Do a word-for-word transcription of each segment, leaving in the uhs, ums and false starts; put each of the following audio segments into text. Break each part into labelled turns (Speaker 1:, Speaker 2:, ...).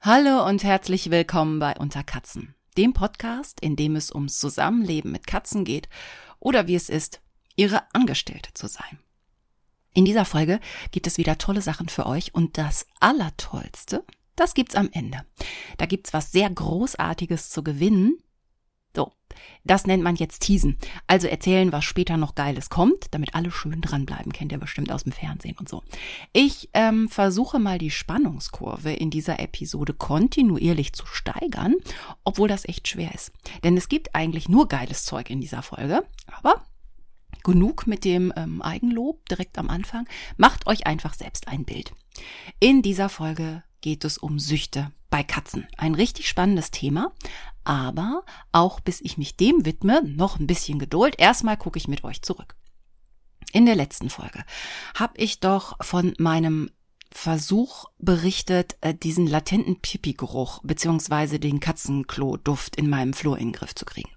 Speaker 1: Hallo und herzlich willkommen bei Unter Katzen, dem Podcast, in dem es ums Zusammenleben mit Katzen geht oder wie es ist, ihre Angestellte zu sein. In dieser Folge gibt es wieder tolle Sachen für euch und das Allertollste, das gibt's am Ende. Da gibt's was sehr Großartiges zu gewinnen. So, das nennt man jetzt Teasen. Also erzählen, was später noch Geiles kommt, damit alle schön dranbleiben. Kennt ihr bestimmt aus dem Fernsehen und so. Ich ähm, versuche mal die Spannungskurve in dieser Episode kontinuierlich zu steigern, obwohl das echt schwer ist. Denn es gibt eigentlich nur geiles Zeug in dieser Folge, aber genug mit dem ähm, Eigenlob direkt am Anfang. Macht euch einfach selbst ein Bild. In dieser Folge geht es um Süchte bei Katzen. Ein richtig spannendes Thema, aber auch bis ich mich dem widme, noch ein bisschen Geduld. Erstmal gucke ich mit euch zurück. In der letzten Folge habe ich doch von meinem Versuch berichtet, diesen latenten Pipi-Geruch bzw. den Katzenklo-Duft in meinem Flur in den Griff zu kriegen.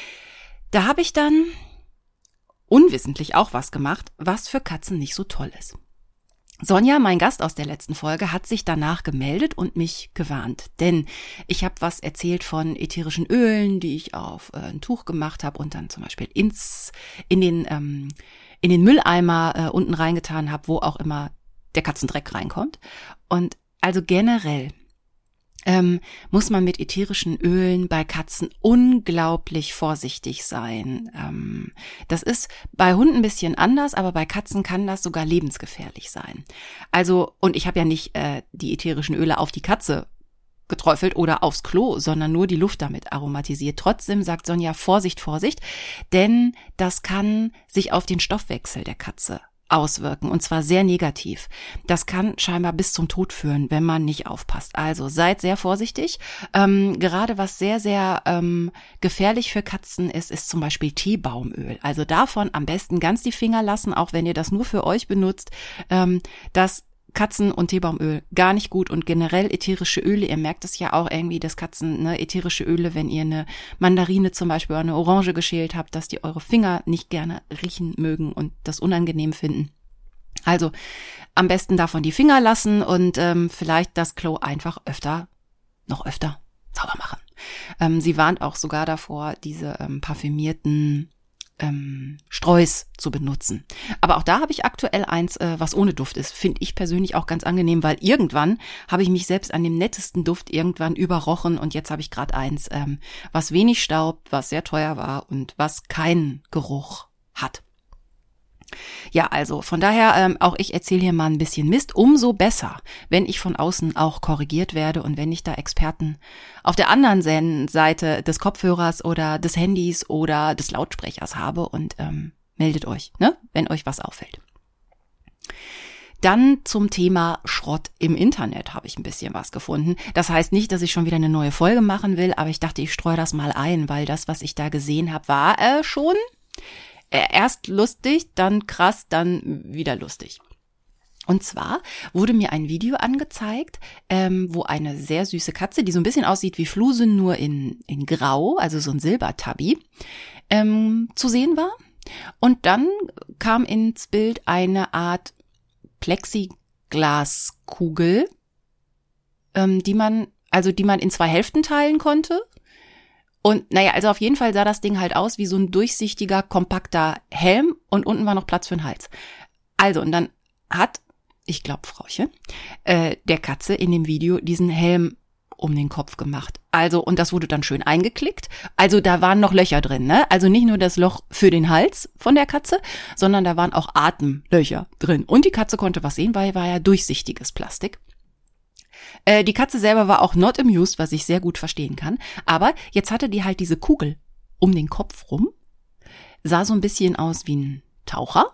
Speaker 1: Da habe ich dann unwissentlich auch was gemacht, was für Katzen nicht so toll ist. Sonja, mein Gast aus der letzten Folge, hat sich danach gemeldet und mich gewarnt, denn ich habe was erzählt von ätherischen Ölen, die ich auf äh, ein Tuch gemacht habe und dann zum Beispiel ins in den ähm, in den Mülleimer äh, unten reingetan habe, wo auch immer der Katzendreck reinkommt. Und also generell ähm, muss man mit ätherischen Ölen bei Katzen unglaublich vorsichtig sein. Ähm, das ist bei Hunden ein bisschen anders, aber bei Katzen kann das sogar lebensgefährlich sein. Also, und ich habe ja nicht äh, die ätherischen Öle auf die Katze geträufelt oder aufs Klo, sondern nur die Luft damit aromatisiert. Trotzdem sagt Sonja, Vorsicht, Vorsicht, denn das kann sich auf den Stoffwechsel der Katze auswirken, und zwar sehr negativ. Das kann scheinbar bis zum Tod führen, wenn man nicht aufpasst. Also seid sehr vorsichtig. Ähm, gerade was sehr, sehr ähm, gefährlich für Katzen ist, ist zum Beispiel Teebaumöl. Also davon am besten ganz die Finger lassen, auch wenn ihr das nur für euch benutzt. Ähm, das Katzen- und Teebaumöl gar nicht gut und generell ätherische Öle, ihr merkt es ja auch irgendwie, dass Katzen, ne, ätherische Öle, wenn ihr eine Mandarine zum Beispiel oder eine Orange geschält habt, dass die eure Finger nicht gerne riechen mögen und das unangenehm finden. Also am besten davon die Finger lassen und ähm, vielleicht das Klo einfach öfter, noch öfter sauber machen. Ähm, sie warnt auch sogar davor, diese ähm, parfümierten Ähm, Streus zu benutzen. Aber auch da habe ich aktuell eins, äh, was ohne Duft ist. Finde ich persönlich auch ganz angenehm, weil irgendwann habe ich mich selbst an dem nettesten Duft irgendwann überrochen und jetzt habe ich gerade eins, ähm, was wenig staubt, was sehr teuer war und was keinen Geruch hat. Ja, also von daher, ähm, auch ich erzähle hier mal ein bisschen Mist. Umso besser, wenn ich von außen auch korrigiert werde und wenn ich da Experten auf der anderen Seite des Kopfhörers oder des Handys oder des Lautsprechers habe und ähm, meldet euch, ne, wenn euch was auffällt. Dann zum Thema Schrott im Internet habe ich ein bisschen was gefunden. Das heißt nicht, dass ich schon wieder eine neue Folge machen will, aber ich dachte, ich streue das mal ein, weil das, was ich da gesehen habe, war äh, schon erst lustig, dann krass, dann wieder lustig. Und zwar wurde mir ein Video angezeigt, ähm, wo eine sehr süße Katze, die so ein bisschen aussieht wie Fluse, nur in, in Grau, also so ein Silbertabby, ähm, zu sehen war. Und dann kam ins Bild eine Art Plexiglaskugel, ähm, die man, also die man in zwei Hälften teilen konnte. Und naja, also auf jeden Fall sah das Ding halt aus wie so ein durchsichtiger, kompakter Helm und unten war noch Platz für den Hals. Also, und dann hat, ich glaube Frauchen, äh, der Katze in dem Video diesen Helm um den Kopf gemacht. Also, und das wurde dann schön eingeklickt. Also da waren noch Löcher drin, ne? Also nicht nur das Loch für den Hals von der Katze, sondern da waren auch Atemlöcher drin. Und die Katze konnte was sehen, weil war ja durchsichtiges Plastik. Äh, die Katze selber war auch not amused, was ich sehr gut verstehen kann. Aber jetzt hatte die halt diese Kugel um den Kopf rum. Sah so ein bisschen aus wie ein Taucher.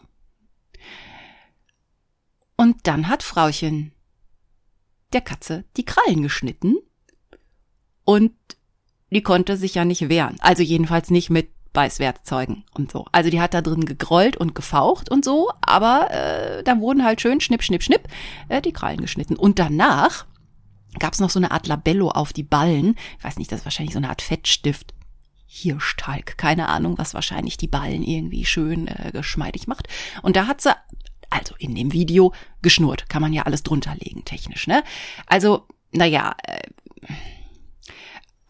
Speaker 1: Und dann hat Frauchen der Katze die Krallen geschnitten. Und die konnte sich ja nicht wehren. Also jedenfalls nicht mit Beißwerkzeugen und so. Also die hat da drin gegrollt und gefaucht und so. Aber äh, dann wurden halt schön schnipp, schnipp, schnipp äh, die Krallen geschnitten. Und danach gab es noch so eine Art Labello auf die Ballen. Ich weiß nicht, das ist wahrscheinlich so eine Art Fettstift. Hirschtalg, keine Ahnung, was wahrscheinlich die Ballen irgendwie schön äh, geschmeidig macht. Und da hat sie, also in dem Video, geschnurrt. Kann man ja alles drunter legen, technisch, ne? Also, naja, äh,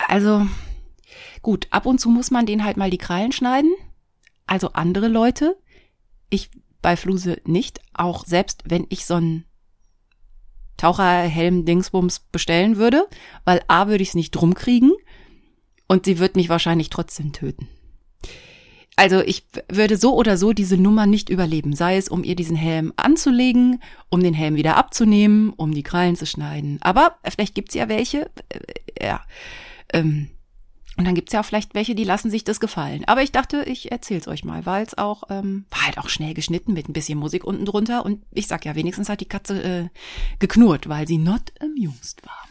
Speaker 1: also gut, ab und zu muss man denen halt mal die Krallen schneiden. Also andere Leute, ich bei Fluse nicht, auch selbst wenn ich so einen Taucherhelm-Dingsbums bestellen würde, weil A, würde ich es nicht drum kriegen und sie wird mich wahrscheinlich trotzdem töten. Also ich würde so oder so diese Nummer nicht überleben, sei es, um ihr diesen Helm anzulegen, um den Helm wieder abzunehmen, um die Krallen zu schneiden. Aber vielleicht gibt's ja welche, äh, ja, ähm, und dann gibt's ja auch vielleicht welche, die lassen sich das gefallen. Aber ich dachte, ich erzähl's euch mal, weil es auch, ähm, war halt auch schnell geschnitten mit ein bisschen Musik unten drunter. Und ich sag ja, wenigstens hat die Katze äh, geknurrt, weil sie not amused war.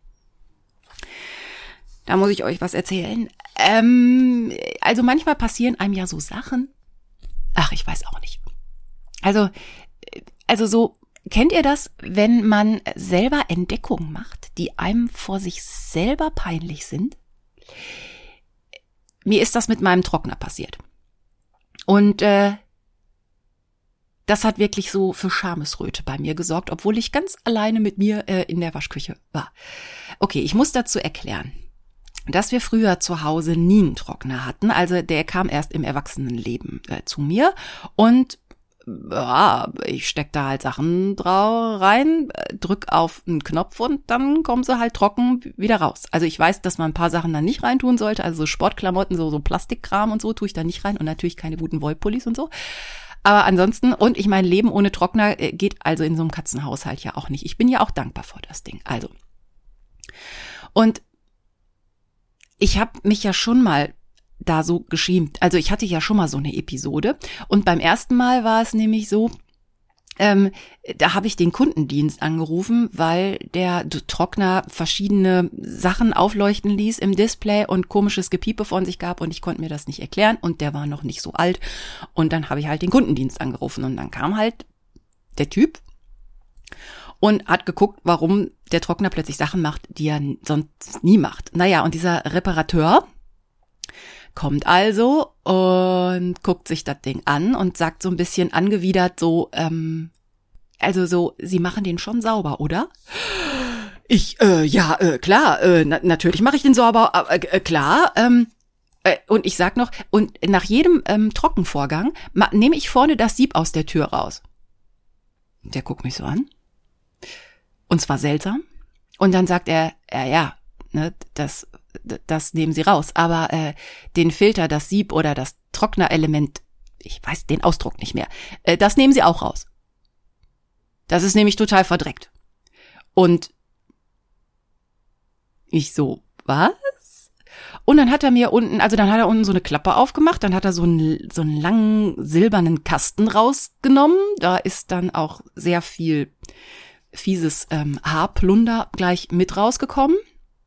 Speaker 1: Da muss ich euch was erzählen. Ähm, also manchmal passieren einem ja so Sachen. Ach, ich weiß auch nicht. Also, also so, kennt ihr das, wenn man selber Entdeckungen macht, die einem vor sich selber peinlich sind? Mir ist das mit meinem Trockner passiert. Und äh, das hat wirklich so für Schamesröte bei mir gesorgt, obwohl ich ganz alleine mit mir äh, in der Waschküche war. Okay, ich muss dazu erklären, dass wir früher zu Hause nie einen Trockner hatten. Also der kam erst im Erwachsenenleben äh, zu mir und ja, ich steck da halt Sachen drauf rein, drück auf einen Knopf und dann kommen sie halt trocken wieder raus. Also ich weiß, dass man ein paar Sachen da nicht reintun sollte, also so Sportklamotten, so so Plastikkram und so tue ich da nicht rein und natürlich keine guten Wollpullis und so. Aber ansonsten, und ich mein Leben ohne Trockner geht also in so einem Katzenhaushalt ja auch nicht. Ich bin ja auch dankbar für das Ding. Also. Und ich habe mich ja schon mal da so geschämt. Also ich hatte ja schon mal so eine Episode und beim ersten Mal war es nämlich so, ähm, da habe ich den Kundendienst angerufen, weil der Trockner verschiedene Sachen aufleuchten ließ im Display und komisches Gepiepe von sich gab und ich konnte mir das nicht erklären und der war noch nicht so alt und dann habe ich halt den Kundendienst angerufen und dann kam halt der Typ und hat geguckt, warum der Trockner plötzlich Sachen macht, die er sonst nie macht. Naja, und dieser Reparateur kommt also und guckt sich das Ding an und sagt so ein bisschen angewidert so, ähm, also so, Sie machen den schon sauber, oder? Ich, äh, ja, äh, klar, äh, na, natürlich mache ich den sauber, äh, äh, klar, ähm, äh, und ich sag noch, und nach jedem ähm, Trockenvorgang ma- nehme ich vorne das Sieb aus der Tür raus. Der guckt mich so an. Und zwar seltsam. Und dann sagt er, ja, ja, ne, das, das nehmen Sie raus. Aber äh, den Filter, das Sieb oder das Trocknerelement, ich weiß den Ausdruck nicht mehr, äh, das nehmen Sie auch raus. Das ist nämlich total verdreckt. Und ich so, was? Und dann hat er mir unten, also dann hat er unten so eine Klappe aufgemacht, dann hat er so einen, so einen langen silbernen Kasten rausgenommen. Da ist dann auch sehr viel fieses ähm, Haarplunder gleich mit rausgekommen.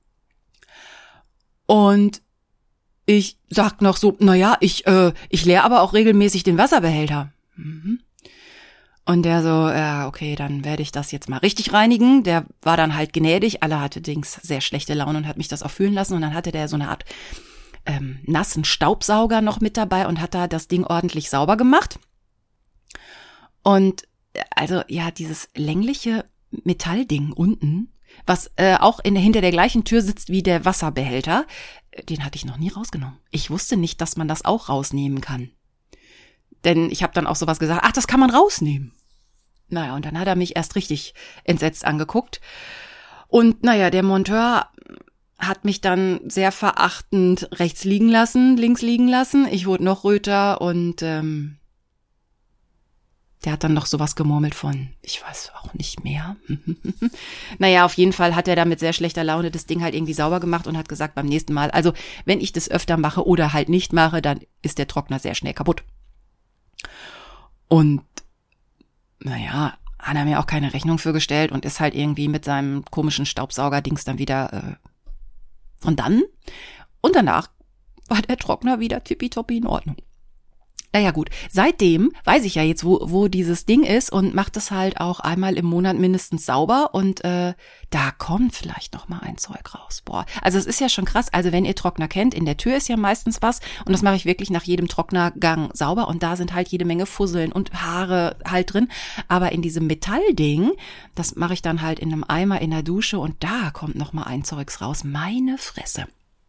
Speaker 1: Und ich sag noch so, naja, ich, äh, ich leer aber auch regelmäßig den Wasserbehälter. Mhm. Und der so, ja, okay, dann werde ich das jetzt mal richtig reinigen. Der war dann halt gnädig, alle hatte Dings sehr schlechte Laune und hat mich das auch fühlen lassen. Und dann hatte der so eine Art ähm, nassen Staubsauger noch mit dabei und hat da das Ding ordentlich sauber gemacht. Und also ja, dieses längliche Metallding unten, was äh, auch in, hinter der gleichen Tür sitzt wie der Wasserbehälter, den hatte ich noch nie rausgenommen. Ich wusste nicht, dass man das auch rausnehmen kann. Denn ich habe dann auch sowas gesagt, ach, das kann man rausnehmen. Naja, und dann hat er mich erst richtig entsetzt angeguckt. Und naja, der Monteur hat mich dann sehr verachtend rechts liegen lassen, links liegen lassen. Ich wurde noch röter und ähm, der hat dann noch sowas gemurmelt von, ich weiß auch nicht mehr. Naja, auf jeden Fall hat er da mit sehr schlechter Laune das Ding halt irgendwie sauber gemacht und hat gesagt beim nächsten Mal, also wenn ich das öfter mache oder halt nicht mache, dann ist der Trockner sehr schnell kaputt. Und naja, hat er mir auch keine Rechnung für gestellt und ist halt irgendwie mit seinem komischen Staubsauger-Dings dann wieder äh, von dann. Und danach war der Trockner wieder tippitoppi in Ordnung. Naja gut, seitdem weiß ich ja jetzt, wo wo dieses Ding ist und mache das halt auch einmal im Monat mindestens sauber und äh, da kommt vielleicht noch mal ein Zeug raus. Boah, also es ist ja schon krass, also wenn ihr Trockner kennt, in der Tür ist ja meistens was und das mache ich wirklich nach jedem Trocknergang sauber und da sind halt jede Menge Fusseln und Haare halt drin, aber in diesem Metallding, das mache ich dann halt in einem Eimer in der Dusche und da kommt noch mal ein Zeugs raus, meine Fresse.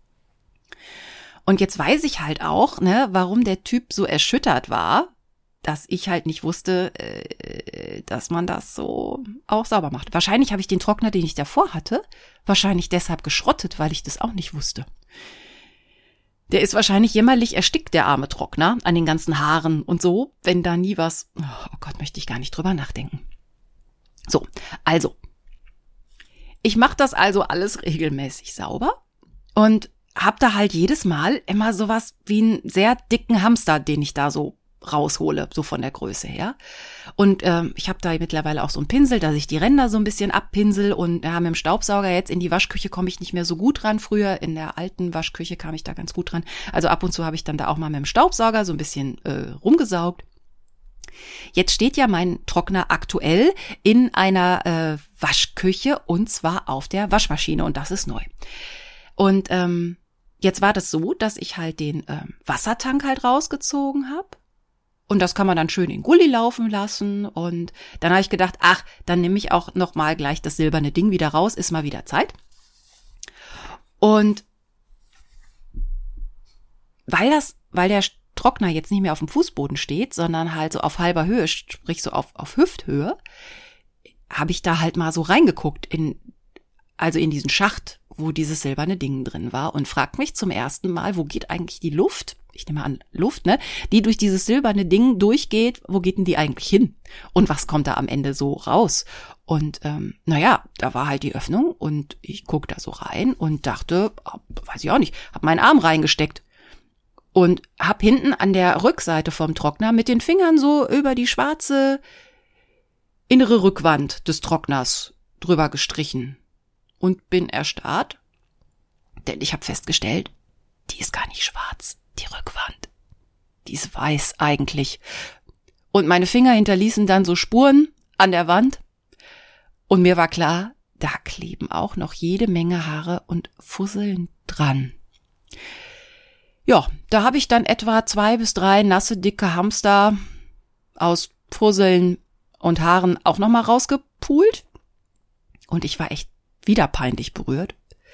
Speaker 1: Und jetzt weiß ich halt auch, ne, warum der Typ so erschüttert war, dass ich halt nicht wusste, äh, dass man das so auch sauber macht. Wahrscheinlich habe ich den Trockner, den ich davor hatte, wahrscheinlich deshalb geschrottet, weil ich das auch nicht wusste. Der ist wahrscheinlich jämmerlich erstickt, der arme Trockner, an den ganzen Haaren und so, wenn da nie was, oh Gott, möchte ich gar nicht drüber nachdenken. So, also, ich mache das also alles regelmäßig sauber und habe da halt jedes Mal immer sowas wie einen sehr dicken Hamster, den ich da so raushole, so von der Größe her. Und ähm, ich habe da mittlerweile auch so einen Pinsel, dass ich die Ränder so ein bisschen abpinsel und ja, mit dem Staubsauger jetzt in die Waschküche komme ich nicht mehr so gut ran. Früher in der alten Waschküche kam ich da ganz gut ran. Also ab und zu habe ich dann da auch mal mit dem Staubsauger so ein bisschen äh, rumgesaugt. Jetzt steht ja mein Trockner aktuell in einer äh, Waschküche und zwar auf der Waschmaschine und das ist neu. Und ähm, jetzt war das so, dass ich halt den äh, Wassertank halt rausgezogen habe. Und das kann man dann schön in Gully laufen lassen. Und dann habe ich gedacht, ach, dann nehme ich auch noch mal gleich das silberne Ding wieder raus. Ist mal wieder Zeit. Und weil das, weil der Trockner jetzt nicht mehr auf dem Fußboden steht, sondern halt so auf halber Höhe, sprich so auf, auf Hüfthöhe, habe ich da halt mal so reingeguckt in, also in diesen Schacht, wo dieses silberne Ding drin war und fragt mich zum ersten Mal, wo geht eigentlich die Luft? Ich nehme an, Luft, ne, die durch dieses silberne Ding durchgeht, wo geht denn die eigentlich hin? Und was kommt da am Ende so raus? Und ähm, naja, da war halt die Öffnung und ich guck da so rein und dachte, weiß ich auch nicht, hab meinen Arm reingesteckt und hab hinten an der Rückseite vom Trockner mit den Fingern so über die schwarze innere Rückwand des Trockners drüber gestrichen und bin erstarrt, denn ich habe festgestellt, die ist gar nicht schwarz. Die Rückwand, die ist weiß eigentlich. Und meine Finger hinterließen dann so Spuren an der Wand. Und mir war klar, da kleben auch noch jede Menge Haare und Fusseln dran. Ja, da habe ich dann etwa zwei bis drei nasse, dicke Hamster aus Fusseln und Haaren auch nochmal rausgepult. Und ich war echt wieder peinlich berührt.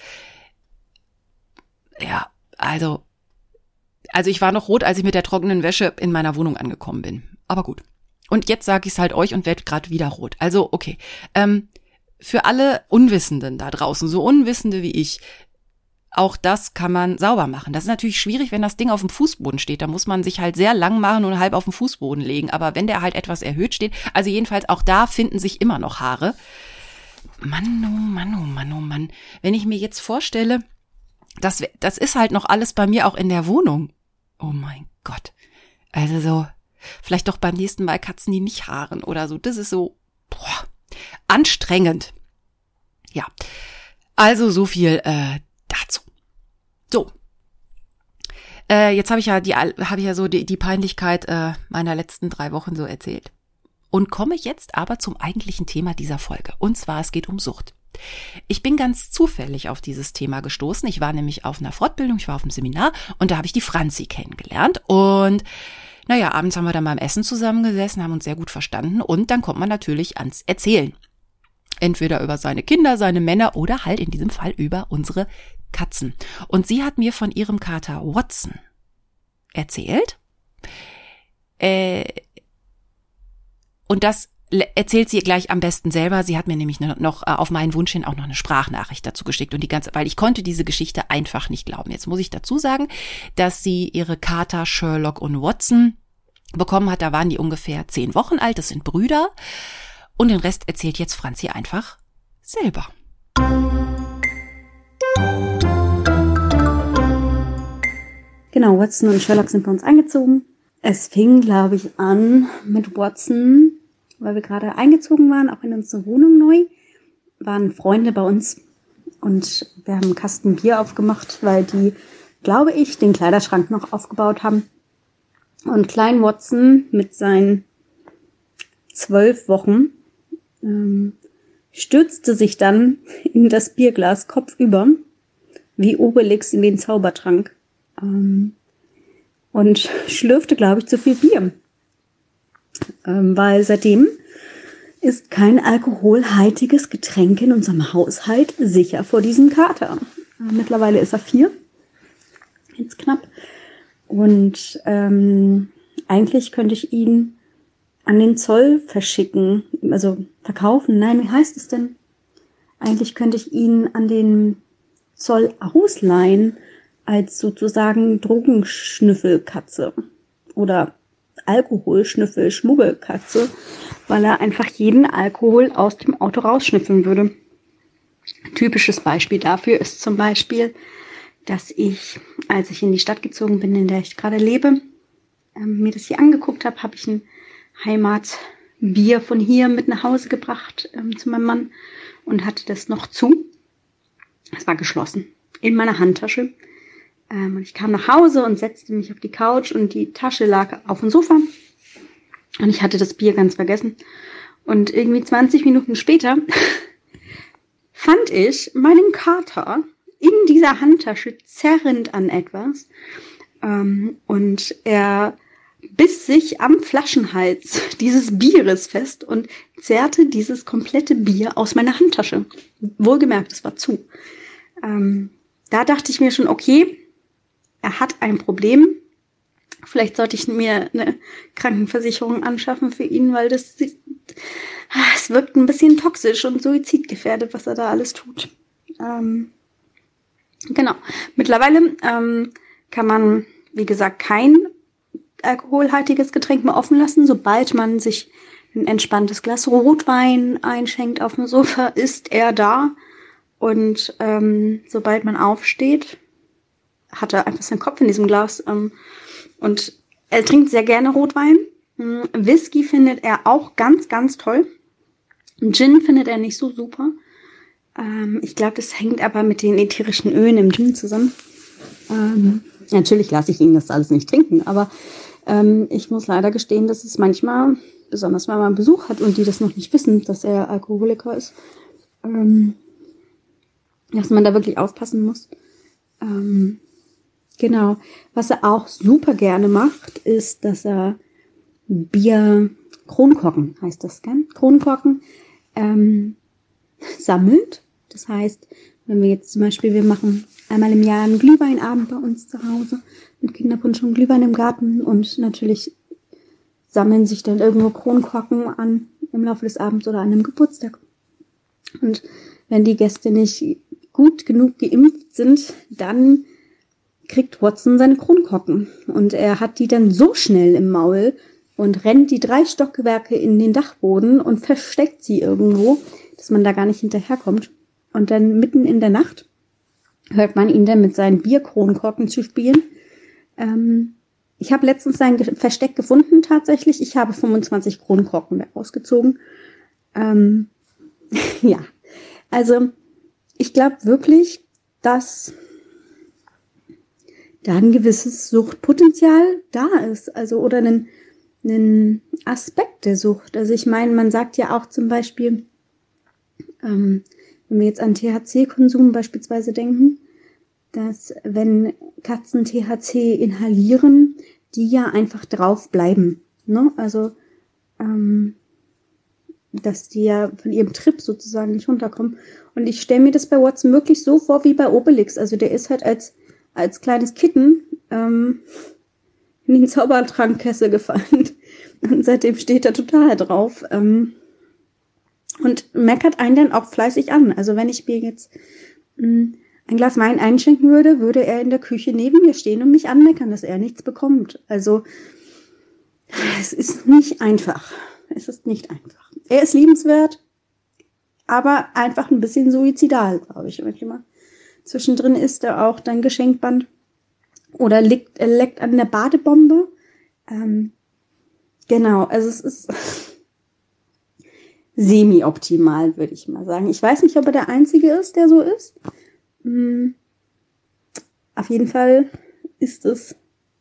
Speaker 1: Ja, also... Also ich war noch rot, als ich mit der trockenen Wäsche in meiner Wohnung angekommen bin. Aber gut. Und jetzt sage ich es halt euch und werde gerade wieder rot. Also okay. Ähm, für alle Unwissenden da draußen, so Unwissende wie ich, auch das kann man sauber machen. Das ist natürlich schwierig, wenn das Ding auf dem Fußboden steht. Da muss man sich halt sehr lang machen und halb auf den Fußboden legen. Aber wenn der halt etwas erhöht steht, also jedenfalls auch da finden sich immer noch Haare. Mann, oh Mann, oh Mann, oh Mann. Wenn ich mir jetzt vorstelle, das, das ist halt noch alles bei mir auch in der Wohnung. Oh mein Gott. Also so, vielleicht doch beim nächsten Mal Katzen, die nicht haaren oder so. Das ist so, boah, anstrengend. Ja, also so viel äh, dazu. So, äh, jetzt habe ich ja die, habe ich ja so die, die Peinlichkeit äh, meiner letzten drei Wochen so erzählt und komme jetzt aber zum eigentlichen Thema dieser Folge. Und zwar, es geht um Sucht. Ich bin ganz zufällig auf dieses Thema gestoßen. Ich war nämlich auf einer Fortbildung, ich war auf einem Seminar und da habe ich die Franzi kennengelernt. Und naja, abends haben wir dann beim Essen zusammengesessen, haben uns sehr gut verstanden und dann kommt man natürlich ans Erzählen. Entweder über seine Kinder, seine Männer oder halt in diesem Fall über unsere Katzen. Und sie hat mir von ihrem Kater Watson erzählt. Äh, und das erzählt sie gleich am besten selber. Sie hat mir nämlich noch auf meinen Wunsch hin auch noch eine Sprachnachricht dazu geschickt und die ganze, weil ich konnte diese Geschichte einfach nicht glauben. Jetzt muss ich dazu sagen, dass sie ihre Kater Sherlock und Watson bekommen hat. Da waren die ungefähr zehn Wochen alt. Das sind Brüder. Und den Rest erzählt jetzt Franzi einfach selber.
Speaker 2: Genau, Watson und Sherlock sind bei uns eingezogen. Es fing, glaube ich, an mit Watson, weil wir gerade eingezogen waren, auch in unsere Wohnung neu, waren Freunde bei uns und wir haben einen Kasten Bier aufgemacht, weil die, glaube ich, den Kleiderschrank noch aufgebaut haben. Und Klein Watson mit seinen zwölf Wochen ähm, stürzte sich dann in das Bierglas kopfüber, wie Obelix in den Zaubertrank, ähm, und schlürfte, glaube ich, zu viel Bier. Ähm, weil seitdem ist kein alkoholhaltiges Getränk in unserem Haushalt sicher vor diesem Kater. Äh, mittlerweile ist er vier. Jetzt knapp. Und ähm, eigentlich könnte ich ihn an den Zoll verschicken, also verkaufen. Nein, wie heißt es denn? Eigentlich könnte ich ihn an den Zoll ausleihen als sozusagen Drogenschnüffelkatze oder Alkoholschnüffel-Schmuggelkatze, weil er einfach jeden Alkohol aus dem Auto rausschnüffeln würde. Typisches Beispiel dafür ist zum Beispiel, dass ich, als ich in die Stadt gezogen bin, in der ich gerade lebe, ähm, mir das hier angeguckt habe, habe ich ein Heimatbier von hier mit nach Hause gebracht ähm, zu meinem Mann und hatte das noch zu. Es war geschlossen in meiner Handtasche. Ähm, und ich kam nach Hause und setzte mich auf die Couch und die Tasche lag auf dem Sofa. Und ich hatte das Bier ganz vergessen. Und irgendwie zwanzig Minuten später fand ich meinen Kater in dieser Handtasche zerrend an etwas. Ähm, und er biss sich am Flaschenhals dieses Bieres fest und zerrte dieses komplette Bier aus meiner Handtasche. Wohlgemerkt, es war zu. Ähm, da dachte ich mir schon, okay, er hat ein Problem. Vielleicht sollte ich mir eine Krankenversicherung anschaffen für ihn, weil das es wirkt ein bisschen toxisch und suizidgefährdet, was er da alles tut. Ähm, genau. Mittlerweile ähm, kann man, wie gesagt, kein alkoholhaltiges Getränk mehr offen lassen. Sobald man sich ein entspanntes Glas Rotwein einschenkt auf dem Sofa, ist er da. Und ähm, sobald man aufsteht, hat er einfach seinen Kopf in diesem Glas. Ähm, und er trinkt sehr gerne Rotwein. Ähm, Whisky findet er auch ganz, ganz toll. Gin findet er nicht so super. Ähm, ich glaube, das hängt aber mit den ätherischen Ölen im Gin zusammen. Ähm, natürlich lasse ich ihn das alles nicht trinken, aber ähm, ich muss leider gestehen, dass es manchmal, besonders wenn man Besuch hat und die das noch nicht wissen, dass er Alkoholiker ist, ähm, dass man da wirklich aufpassen muss. Ähm, genau. Was er auch super gerne macht, ist, dass er Bier, Kronkorken heißt das, gell? Kronkorken ähm, sammelt. Das heißt, wenn wir jetzt zum Beispiel, wir machen einmal im Jahr einen Glühweinabend bei uns zu Hause mit Kinderpunsch und Glühwein im Garten und natürlich sammeln sich dann irgendwo Kronkorken an im Laufe des Abends oder an einem Geburtstag. Und wenn die Gäste nicht gut genug geimpft sind, dann kriegt Watson seine Kronkorken. Und er hat die dann so schnell im Maul und rennt die drei Stockwerke in den Dachboden und versteckt sie irgendwo, dass man da gar nicht hinterherkommt. Und dann mitten in der Nacht hört man ihn dann mit seinen Bierkronkorken zu spielen. Ähm, ich habe letztens sein Versteck gefunden tatsächlich. Ich habe fünfundzwanzig Kronkorken rausgezogen. Ähm, ja, also ich glaube wirklich, dass da ein gewisses Suchtpotenzial da ist. Also oder ein, ein Aspekt der Sucht. Also ich meine, man sagt ja auch zum Beispiel, ähm, wenn wir jetzt an T H C-Konsum beispielsweise denken, dass wenn Katzen T H C inhalieren, die ja einfach drauf bleiben. Ne? Also, ähm, dass die ja von ihrem Trip sozusagen nicht runterkommen. Und ich stelle mir das bei Watson wirklich so vor wie bei Obelix. Also der ist halt als, als kleines Kitten ähm, in den Zaubertrankkessel gefallen. Und seitdem steht er total drauf. Ähm, und meckert einen dann auch fleißig an. Also wenn ich mir jetzt mh, ein Glas Wein einschenken würde, würde er in der Küche neben mir stehen und mich anmeckern, dass er nichts bekommt. Also es ist nicht einfach. Es ist nicht einfach. Er ist liebenswert, aber einfach ein bisschen suizidal, glaube ich, manchmal. Zwischendrin ist er auch dann Geschenkband oder liegt, er leckt an der Badebombe. Ähm, genau, also es ist semi-optimal, würde ich mal sagen. Ich weiß nicht, ob er der Einzige ist, der so ist. Hm. Auf jeden Fall ist es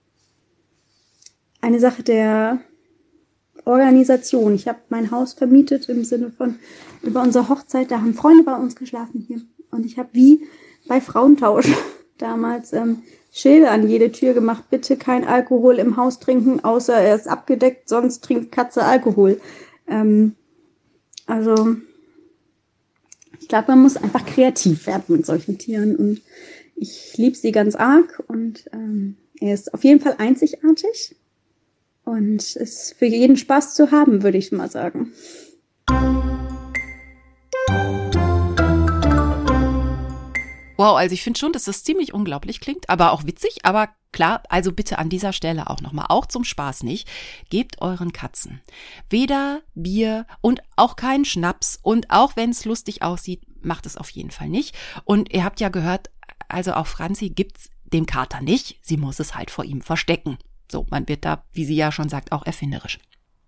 Speaker 2: eine Sache der Organisation. Ich habe mein Haus vermietet im Sinne von über unsere Hochzeit. Da haben Freunde bei uns geschlafen hier. Und ich habe wie bei Frauentausch damals ähm, Schilder an jede Tür gemacht. Bitte kein Alkohol im Haus trinken, außer er ist abgedeckt, sonst trinkt Katze Alkohol. Ähm, also ich glaube, man muss einfach kreativ werden mit solchen Tieren. Und Ich liebe sie ganz arg und ähm, er ist auf jeden Fall einzigartig und ist für jeden Spaß zu haben, würde ich mal sagen.
Speaker 1: Wow, also ich finde schon, dass das ziemlich unglaublich klingt, aber auch witzig. Aber klar, also bitte an dieser Stelle auch nochmal, auch zum Spaß nicht, gebt euren Katzen weder Bier und auch keinen Schnaps. Und auch wenn es lustig aussieht, macht es auf jeden Fall nicht. Und ihr habt ja gehört, also auch Franzi gibt's dem Kater nicht. Sie muss es halt vor ihm verstecken. So, man wird da, wie sie ja schon sagt, auch erfinderisch.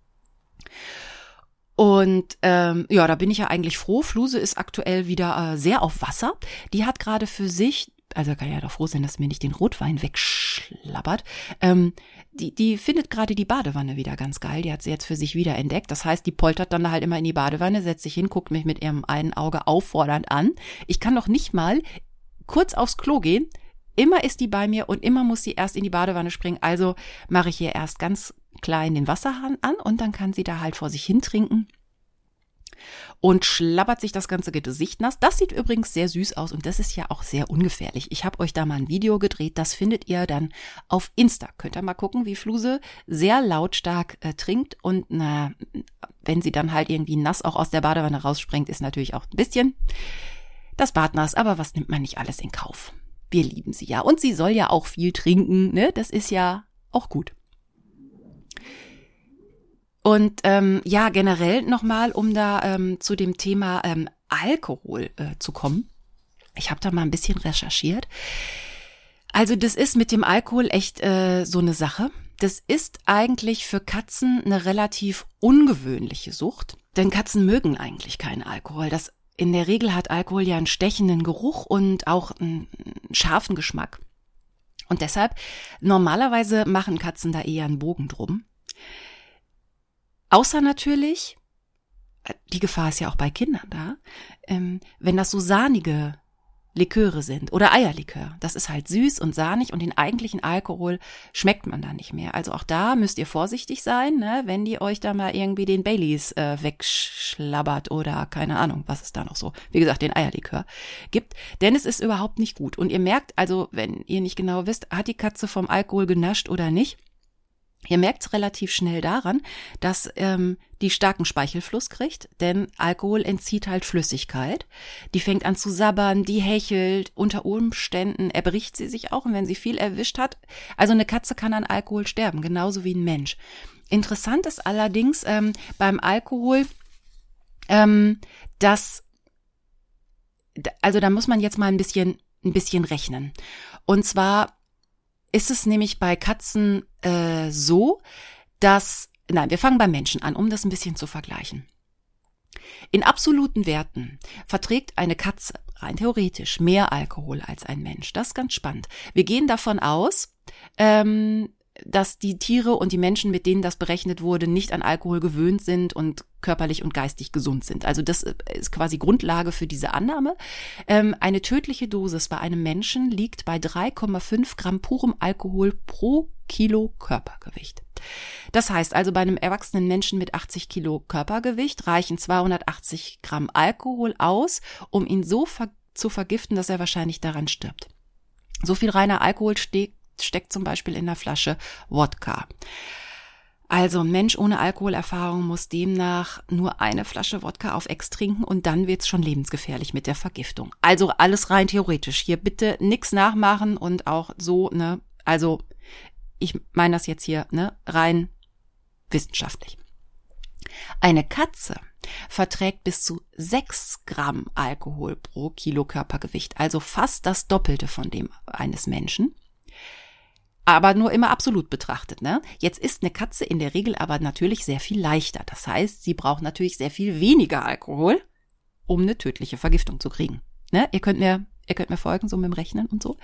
Speaker 1: Und ähm, ja, da bin ich ja eigentlich froh. Fluse ist aktuell wieder äh, sehr auf Wasser. Die hat gerade für sich, also kann ja doch froh sein, dass mir nicht den Rotwein wegschlabbert, ähm, die, die findet gerade die Badewanne wieder ganz geil. Die hat sie jetzt für sich wieder entdeckt. Das heißt, die poltert dann halt immer in die Badewanne, setzt sich hin, guckt mich mit ihrem einen Auge auffordernd an. Ich kann noch nicht mal kurz aufs Klo gehen. Immer ist die bei mir und immer muss sie erst in die Badewanne springen. Also mache ich ihr erst ganz klein den Wasserhahn an und dann kann sie da halt vor sich hin trinken und schlabbert sich das ganze Gesicht nass. Das sieht übrigens sehr süß aus und das ist ja auch sehr ungefährlich. Ich habe euch da mal ein Video gedreht, das findet ihr dann auf Insta. Könnt ihr mal gucken, wie Fluse sehr lautstark äh, trinkt und na, wenn sie dann halt irgendwie nass auch aus der Badewanne rausspringt, ist natürlich auch ein bisschen das Bad nass, aber was nimmt man nicht alles in Kauf? Wir lieben sie ja und sie soll ja auch viel trinken, ne? Das ist ja auch gut. Und ähm, ja, generell nochmal, um da ähm, zu dem Thema ähm, Alkohol äh, zu kommen. Ich habe da mal ein bisschen recherchiert. Also das ist mit dem Alkohol echt äh, so eine Sache. Das ist eigentlich für Katzen eine relativ ungewöhnliche Sucht. Denn Katzen mögen eigentlich keinen Alkohol. Das in der Regel hat Alkohol ja einen stechenden Geruch und auch einen scharfen Geschmack. Und deshalb, normalerweise machen Katzen da eher einen Bogen drum. Außer natürlich, die Gefahr ist ja auch bei Kindern da, ähm, wenn das so sahnige Liköre sind oder Eierlikör. Das ist halt süß und sahnig und den eigentlichen Alkohol schmeckt man da nicht mehr. Also auch da müsst ihr vorsichtig sein, ne, wenn die euch da mal irgendwie den Baileys äh, wegschlabbert oder keine Ahnung, was es da noch so, wie gesagt, den Eierlikör gibt. Denn es ist überhaupt nicht gut. Und ihr merkt also, wenn ihr nicht genau wisst, hat die Katze vom Alkohol genascht oder nicht, ihr merkt es relativ schnell daran, dass ähm, die starken Speichelfluss kriegt, denn Alkohol entzieht halt Flüssigkeit. Die fängt an zu sabbern, die hechelt, unter Umständen erbricht sie sich auch, und wenn sie viel erwischt hat. Also eine Katze kann an Alkohol sterben, genauso wie ein Mensch. Interessant ist allerdings ähm, beim Alkohol, ähm, dass, also da muss man jetzt mal ein bisschen, ein bisschen rechnen. Und zwar ist es nämlich bei Katzen äh, so, dass, nein, wir fangen beim Menschen an, um das ein bisschen zu vergleichen. In absoluten Werten verträgt eine Katze rein theoretisch mehr Alkohol als ein Mensch. Das ist ganz spannend. Wir gehen davon aus, ähm, dass die Tiere und die Menschen, mit denen das berechnet wurde, nicht an Alkohol gewöhnt sind und körperlich und geistig gesund sind. Also das ist quasi Grundlage für diese Annahme. Ähm, eine tödliche Dosis bei einem Menschen liegt bei drei Komma fünf Gramm purem Alkohol pro Kilo Körpergewicht. Das heißt also, bei einem erwachsenen Menschen mit achtzig Kilo Körpergewicht reichen zweihundertachtzig Gramm Alkohol aus, um ihn so ver- zu vergiften, dass er wahrscheinlich daran stirbt. So viel reiner Alkohol steht steckt zum Beispiel in der Flasche Wodka. Also ein Mensch ohne Alkoholerfahrung muss demnach nur eine Flasche Wodka auf Ex trinken und dann wird's schon lebensgefährlich mit der Vergiftung. Also alles rein theoretisch. Hier bitte nix nachmachen und auch so, ne, also ich meine das jetzt hier, ne, rein wissenschaftlich. Eine Katze verträgt bis zu sechs Gramm Alkohol pro Kilo Körpergewicht, also fast das Doppelte von dem eines Menschen. Aber nur immer absolut betrachtet, ne? Jetzt ist eine Katze in der Regel aber natürlich sehr viel leichter. Das heißt, sie braucht natürlich sehr viel weniger Alkohol, um eine tödliche Vergiftung zu kriegen. Ne? Ihr könnt mir, ihr könnt mir folgen, so mit dem Rechnen und so.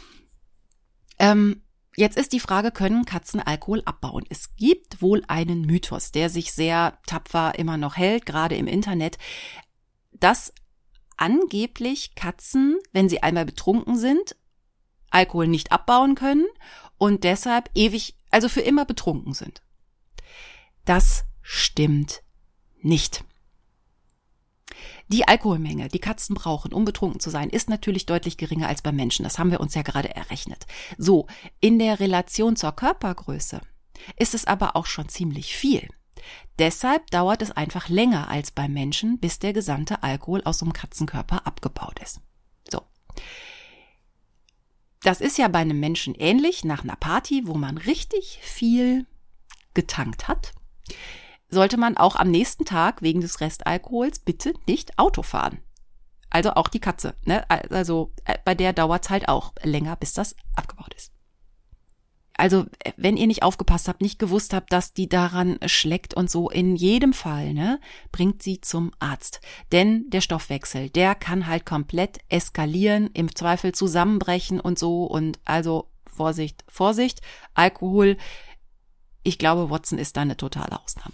Speaker 1: Ähm, jetzt ist die Frage, können Katzen Alkohol abbauen? Es gibt wohl einen Mythos, der sich sehr tapfer immer noch hält, gerade im Internet, dass angeblich Katzen, wenn sie einmal betrunken sind, Alkohol nicht abbauen können und deshalb ewig, also für immer betrunken sind. Das stimmt nicht. Die Alkoholmenge, die Katzen brauchen, um betrunken zu sein, ist natürlich deutlich geringer als beim Menschen. Das haben wir uns ja gerade errechnet. So, in der Relation zur Körpergröße ist es aber auch schon ziemlich viel. Deshalb dauert es einfach länger als beim Menschen, bis der gesamte Alkohol aus dem Katzenkörper abgebaut ist. So. Das ist ja bei einem Menschen ähnlich, nach einer Party, wo man richtig viel getankt hat, sollte man auch am nächsten Tag wegen des Restalkohols bitte nicht Auto fahren. Also auch die Katze, ne? Also bei der dauert es halt auch länger, bis das abgebaut ist. Also wenn ihr nicht aufgepasst habt, nicht gewusst habt, dass die daran schleckt und so, in jedem Fall, ne, bringt sie zum Arzt. Denn der Stoffwechsel, der kann halt komplett eskalieren, im Zweifel zusammenbrechen und so. Und also Vorsicht, Vorsicht, Alkohol, ich glaube, Watson ist da eine totale Ausnahme.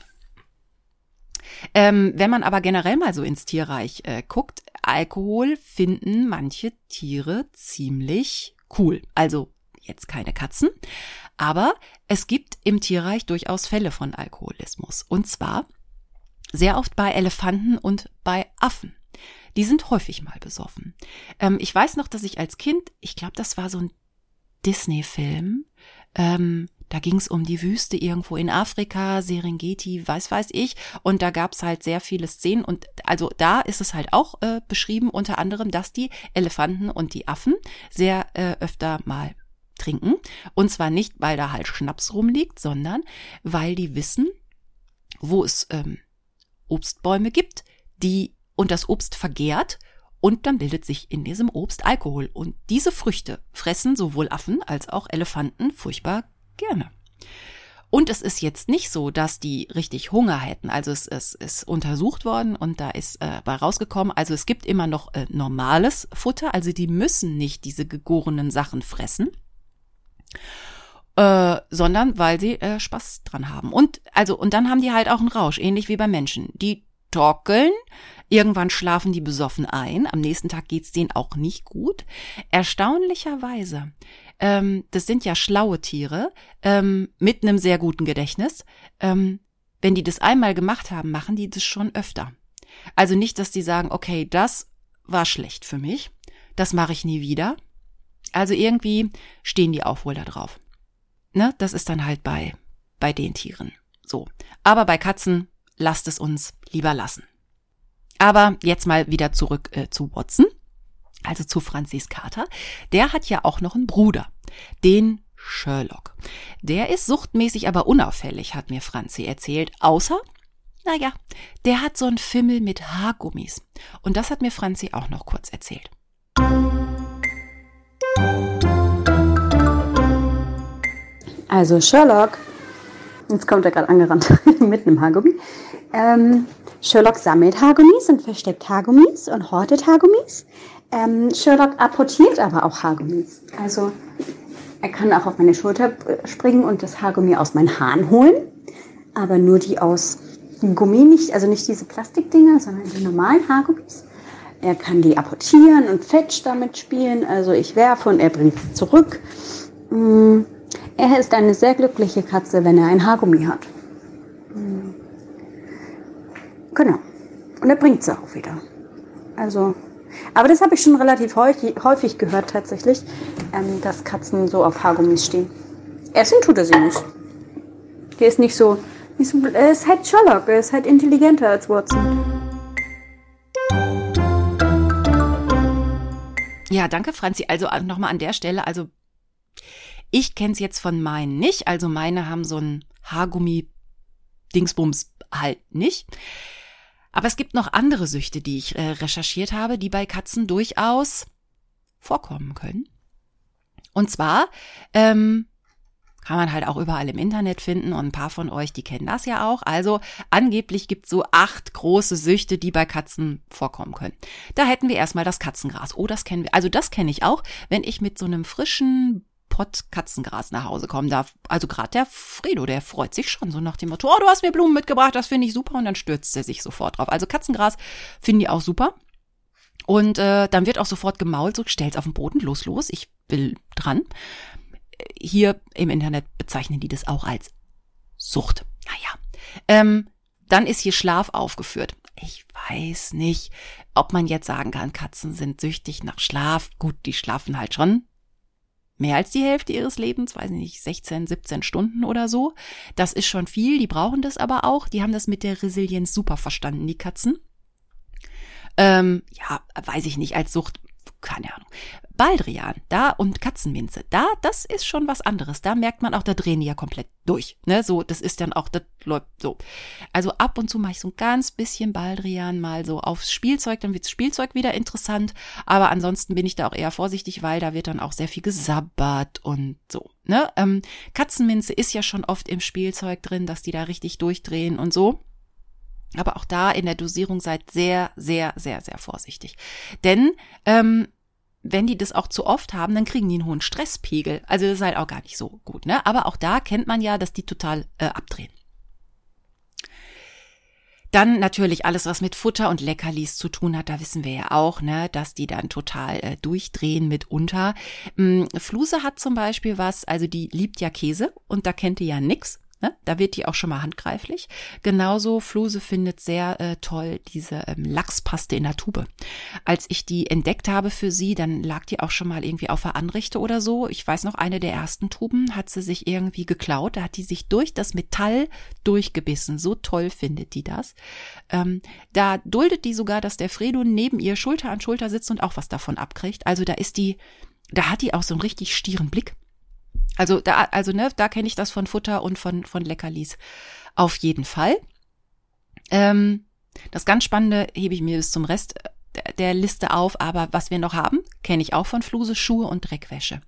Speaker 1: Ähm, wenn man aber generell mal so ins Tierreich äh, guckt, Alkohol finden manche Tiere ziemlich cool. Also jetzt keine Katzen, aber es gibt im Tierreich durchaus Fälle von Alkoholismus. Und zwar sehr oft bei Elefanten und bei Affen. Die sind häufig mal besoffen. Ähm, ich weiß noch, dass ich als Kind, ich glaube, das war so ein Disney-Film, ähm, da ging es um die Wüste irgendwo in Afrika, Serengeti, weiß weiß ich. Und da gab es halt sehr viele Szenen. Und also da ist es halt auch äh, beschrieben, unter anderem, dass die Elefanten und die Affen sehr äh, öfter mal trinken. Und zwar nicht, weil da halt Schnaps rumliegt, sondern weil die wissen, wo es ähm, Obstbäume gibt, die und das Obst vergärt. Und dann bildet sich in diesem Obst Alkohol. Und diese Früchte fressen sowohl Affen als auch Elefanten furchtbar gerne. Und es ist jetzt nicht so, dass die richtig Hunger hätten. Also es, es ist untersucht worden und da ist äh, bei rausgekommen, also es gibt immer noch äh, normales Futter. Also die müssen nicht diese gegorenen Sachen fressen, äh, sondern weil sie äh, Spaß dran haben. Und also und dann haben die halt auch einen Rausch, ähnlich wie bei Menschen. Die torkeln, irgendwann schlafen die besoffen ein, am nächsten Tag geht's denen auch nicht gut. Erstaunlicherweise, ähm, das sind ja schlaue Tiere ähm, mit einem sehr guten Gedächtnis. Ähm, wenn die das einmal gemacht haben, machen die das schon öfter. Also nicht, dass die sagen, okay, das war schlecht für mich, das mache ich nie wieder. Also irgendwie stehen die auch wohl da drauf. Ne? Das ist dann halt bei, bei den Tieren so. Aber bei Katzen lasst es uns lieber lassen. Aber jetzt mal wieder zurück äh, zu Watson, also zu Franzis Kater. Der hat ja auch noch einen Bruder, den Sherlock. Der ist suchtmäßig, aber unauffällig, hat mir Franzi erzählt, außer, naja, der hat so einen Fimmel mit Haargummis. Und das hat mir Franzi auch noch kurz erzählt.
Speaker 2: Also Sherlock, jetzt kommt er gerade angerannt mit einem Haargummi. Ähm, Sherlock sammelt Haargummis und versteckt Haargummis und hortet Haargummis. Ähm, Sherlock apportiert aber auch Haargummis. Also er kann auch auf meine Schulter springen und das Haargummi aus meinen Haaren holen. Aber nur die aus Gummi, nicht, also nicht diese Plastikdinger, sondern die normalen Haargummis. Er kann die apportieren und Fetch damit spielen. Also ich werfe und er bringt sie zurück. Mm. Er ist eine sehr glückliche Katze, wenn er ein Haargummi hat. Mm. Genau. Und er bringt sie auch wieder. Also, aber das habe ich schon relativ häufig, häufig gehört tatsächlich, ähm, dass Katzen so auf Haargummis stehen. Essen tut er sie nicht. Der ist nicht so, nicht so, er ist halt Sherlock, er ist halt intelligenter als Watson.
Speaker 1: Ja, danke Franzi. Also nochmal an der Stelle, also ich kenne es jetzt von meinen nicht. Also meine haben so ein Haargummi-Dingsbums halt nicht. Aber es gibt noch andere Süchte, die ich äh, recherchiert habe, die bei Katzen durchaus vorkommen können. Und zwar ähm, kann man halt auch überall im Internet finden und ein paar von euch, die kennen das ja auch. Also angeblich gibt es so acht große Süchte, die bei Katzen vorkommen können. Da hätten wir erstmal das Katzengras. Oh, das kennen wir. Also das kenne ich auch, wenn ich mit so einem frischen Pott Katzengras nach Hause kommen darf. Also gerade der Fredo, der freut sich schon so nach dem Motto, oh, du hast mir Blumen mitgebracht, das finde ich super. Und dann stürzt er sich sofort drauf. Also Katzengras finde ich auch super. Und äh, dann wird auch sofort gemault, so stell's auf den Boden, los, los, ich will dran. Hier im Internet bezeichnen die das auch als Sucht. Naja, ähm, dann ist hier Schlaf aufgeführt. ich weiß nicht, ob man jetzt sagen kann, Katzen sind süchtig nach Schlaf. Gut, die schlafen halt schon mehr als die Hälfte ihres Lebens, weiß ich nicht, sechzehn, siebzehn Stunden oder so. Das ist schon viel, die brauchen das aber auch. Die haben das mit der Resilienz super verstanden, die Katzen. Ähm, ja, weiß ich nicht, als Sucht, keine Ahnung. Baldrian, da und Katzenminze, da, das ist schon was anderes. Da merkt man auch, da drehen die ja komplett durch. Ne, so, das ist dann auch, das läuft so. Also ab und zu mache ich so ein ganz bisschen Baldrian mal so aufs Spielzeug, dann wird das Spielzeug wieder interessant. Aber ansonsten bin ich da auch eher vorsichtig, weil da wird dann auch sehr viel gesabbert und so. Ne, ähm, Katzenminze ist ja schon oft im Spielzeug drin, dass die da richtig durchdrehen und so. Aber auch da in der Dosierung seid sehr, sehr, sehr, sehr vorsichtig. Denn ähm, wenn die das auch zu oft haben, dann kriegen die einen hohen Stresspegel. Also das ist halt auch gar nicht so gut, ne? Aber auch da kennt man ja, dass die total äh, abdrehen. Dann natürlich alles, was mit Futter und Leckerlis zu tun hat, da wissen wir ja auch, ne, dass die dann total äh, durchdrehen mitunter. Ähm, Fluse hat zum Beispiel was, also die liebt ja Käse und da kennt die ja nix. Ne? Da wird die auch schon mal handgreiflich. Genauso Fluse findet sehr äh, toll diese ähm, Lachspaste in der Tube. Als ich die entdeckt habe für sie, dann lag die auch schon mal irgendwie auf der Anrichte oder so. Ich weiß noch, eine der ersten Tuben hat sie sich irgendwie geklaut. Da hat die sich durch das Metall durchgebissen. So toll findet die das. Ähm, da duldet die sogar, dass der Fredo neben ihr Schulter an Schulter sitzt und auch was davon abkriegt. Also da ist die, da hat die auch so einen richtig stieren Blick. Also da, also ne, da kenne ich das von Futter und von von Leckerlis auf jeden Fall. Ähm, das ganz Spannende hebe ich mir bis zum Rest der, der Liste auf, aber was wir noch haben, kenne ich auch von Fluse, Schuhe und Dreckwäsche.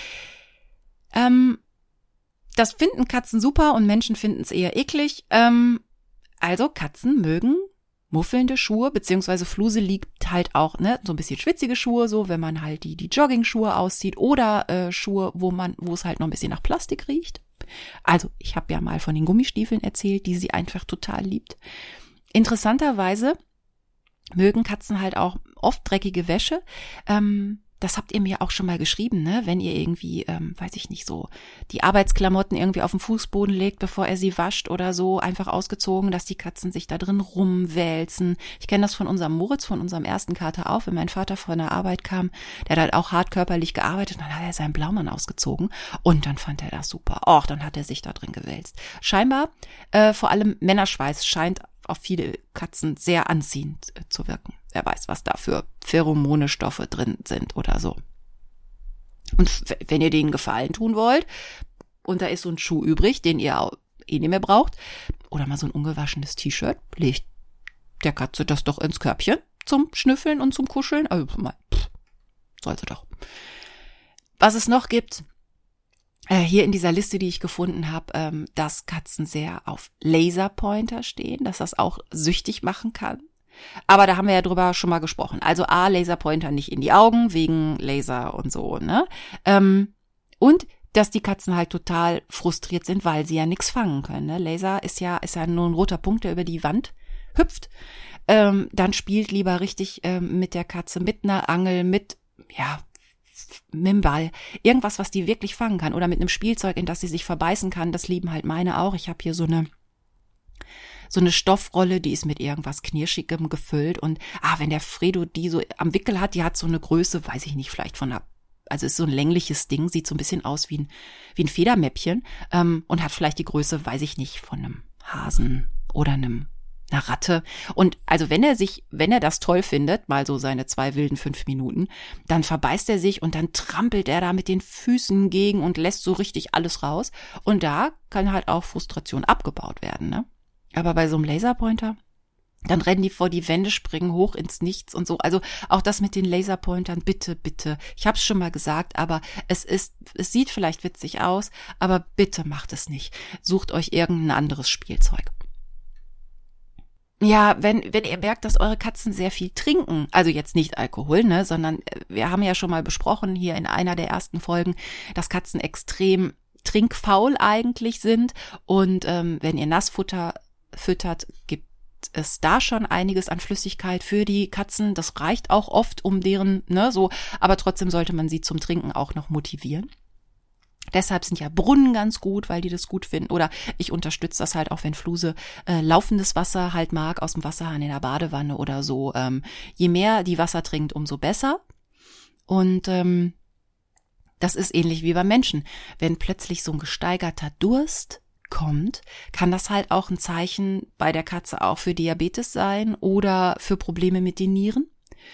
Speaker 1: Ähm, das finden Katzen super und Menschen finden es eher eklig. Ähm, also Katzen mögen muffelnde Schuhe, beziehungsweise Fluse liegt halt auch, ne, so ein bisschen schwitzige Schuhe, so, wenn man halt die, die Jogging-Schuhe auszieht oder äh, Schuhe, wo man, wo es halt noch ein bisschen nach Plastik riecht. Also, ich habe ja mal von den Gummistiefeln erzählt, die sie einfach total liebt. Interessanterweise mögen Katzen halt auch oft dreckige Wäsche. Ähm, das habt ihr mir auch schon mal geschrieben, ne? Wenn ihr irgendwie, ähm, weiß ich nicht, so die Arbeitsklamotten irgendwie auf den Fußboden legt, bevor er sie wascht oder so, einfach ausgezogen, dass die Katzen sich da drin rumwälzen. Ich kenne das von unserem Moritz, von unserem ersten Kater auch, wenn mein Vater von der Arbeit kam, der hat halt auch hart körperlich gearbeitet, dann hat er seinen Blaumann ausgezogen und dann fand er das super. Och, dann hat er sich da drin gewälzt. Scheinbar, äh, vor allem Männerschweiß scheint auf viele Katzen sehr anziehend äh, zu wirken. Wer weiß, was da für Pheromone-Stoffe drin sind oder so. Und f- wenn ihr denen Gefallen tun wollt und da ist so ein Schuh übrig, den ihr auch eh nicht mehr braucht, oder mal so ein ungewaschenes T-Shirt, legt der Katze das doch ins Körbchen zum Schnüffeln und zum Kuscheln. Also mal, pff, sollte doch. Was es noch gibt, Äh, hier in dieser Liste, die ich gefunden habe, ähm, dass Katzen sehr auf Laserpointer stehen, dass das auch süchtig machen kann. Aber da haben wir ja drüber schon mal gesprochen. Also A, Laserpointer nicht in die Augen, wegen Laser und so, ne? Ähm, und dass die Katzen halt total frustriert sind, weil sie ja nichts fangen können, ne? Laser ist ja, ist ja nur ein roter Punkt, der über die Wand hüpft. Ähm, dann spielt lieber richtig ähm, mit der Katze, mit einer Angel, mit, ja, mit dem Ball, irgendwas, was die wirklich fangen kann oder mit einem Spielzeug, in das sie sich verbeißen kann, das lieben halt meine auch. Ich habe hier so eine so eine Stoffrolle, die ist mit irgendwas Knirschigem gefüllt und ah, wenn der Fredo die so am Wickel hat, die hat so eine Größe, weiß ich nicht, vielleicht von einer, also ist so ein längliches Ding, sieht so ein bisschen aus wie ein wie ein Federmäppchen ähm, und hat vielleicht die Größe, weiß ich nicht, von einem Hasen oder einem einer Ratte. Und also wenn er sich, wenn er das toll findet, mal so seine zwei wilden fünf Minuten, dann verbeißt er sich und dann trampelt er da mit den Füßen gegen und lässt so richtig alles raus. Und da kann halt auch Frustration abgebaut werden, ne? Aber bei so einem Laserpointer, dann rennen die vor die Wände, springen hoch ins Nichts und so. Also auch das mit den Laserpointern, bitte, bitte. Ich habe es schon mal gesagt, aber es ist, es sieht vielleicht witzig aus, aber bitte macht es nicht. Sucht euch irgendein anderes Spielzeug. Ja, wenn, wenn ihr merkt, dass eure Katzen sehr viel trinken, also jetzt nicht Alkohol, ne, sondern wir haben ja schon mal besprochen hier in einer der ersten Folgen, dass Katzen extrem trinkfaul eigentlich sind und ähm, wenn ihr Nassfutter füttert, gibt es da schon einiges an Flüssigkeit für die Katzen. Das reicht auch oft um deren, ne, so, aber trotzdem sollte man sie zum Trinken auch noch motivieren. Deshalb sind ja Brunnen ganz gut, weil die das gut finden. Oder ich unterstütze das halt auch, wenn Fluse äh, laufendes Wasser halt mag, aus dem Wasserhahn in der Badewanne oder so. Ähm, je mehr die Wasser trinkt, umso besser. Und ähm, das ist ähnlich wie beim Menschen. Wenn plötzlich so ein gesteigerter Durst kommt, kann das halt auch ein Zeichen bei der Katze auch für Diabetes sein oder für Probleme mit den Nieren.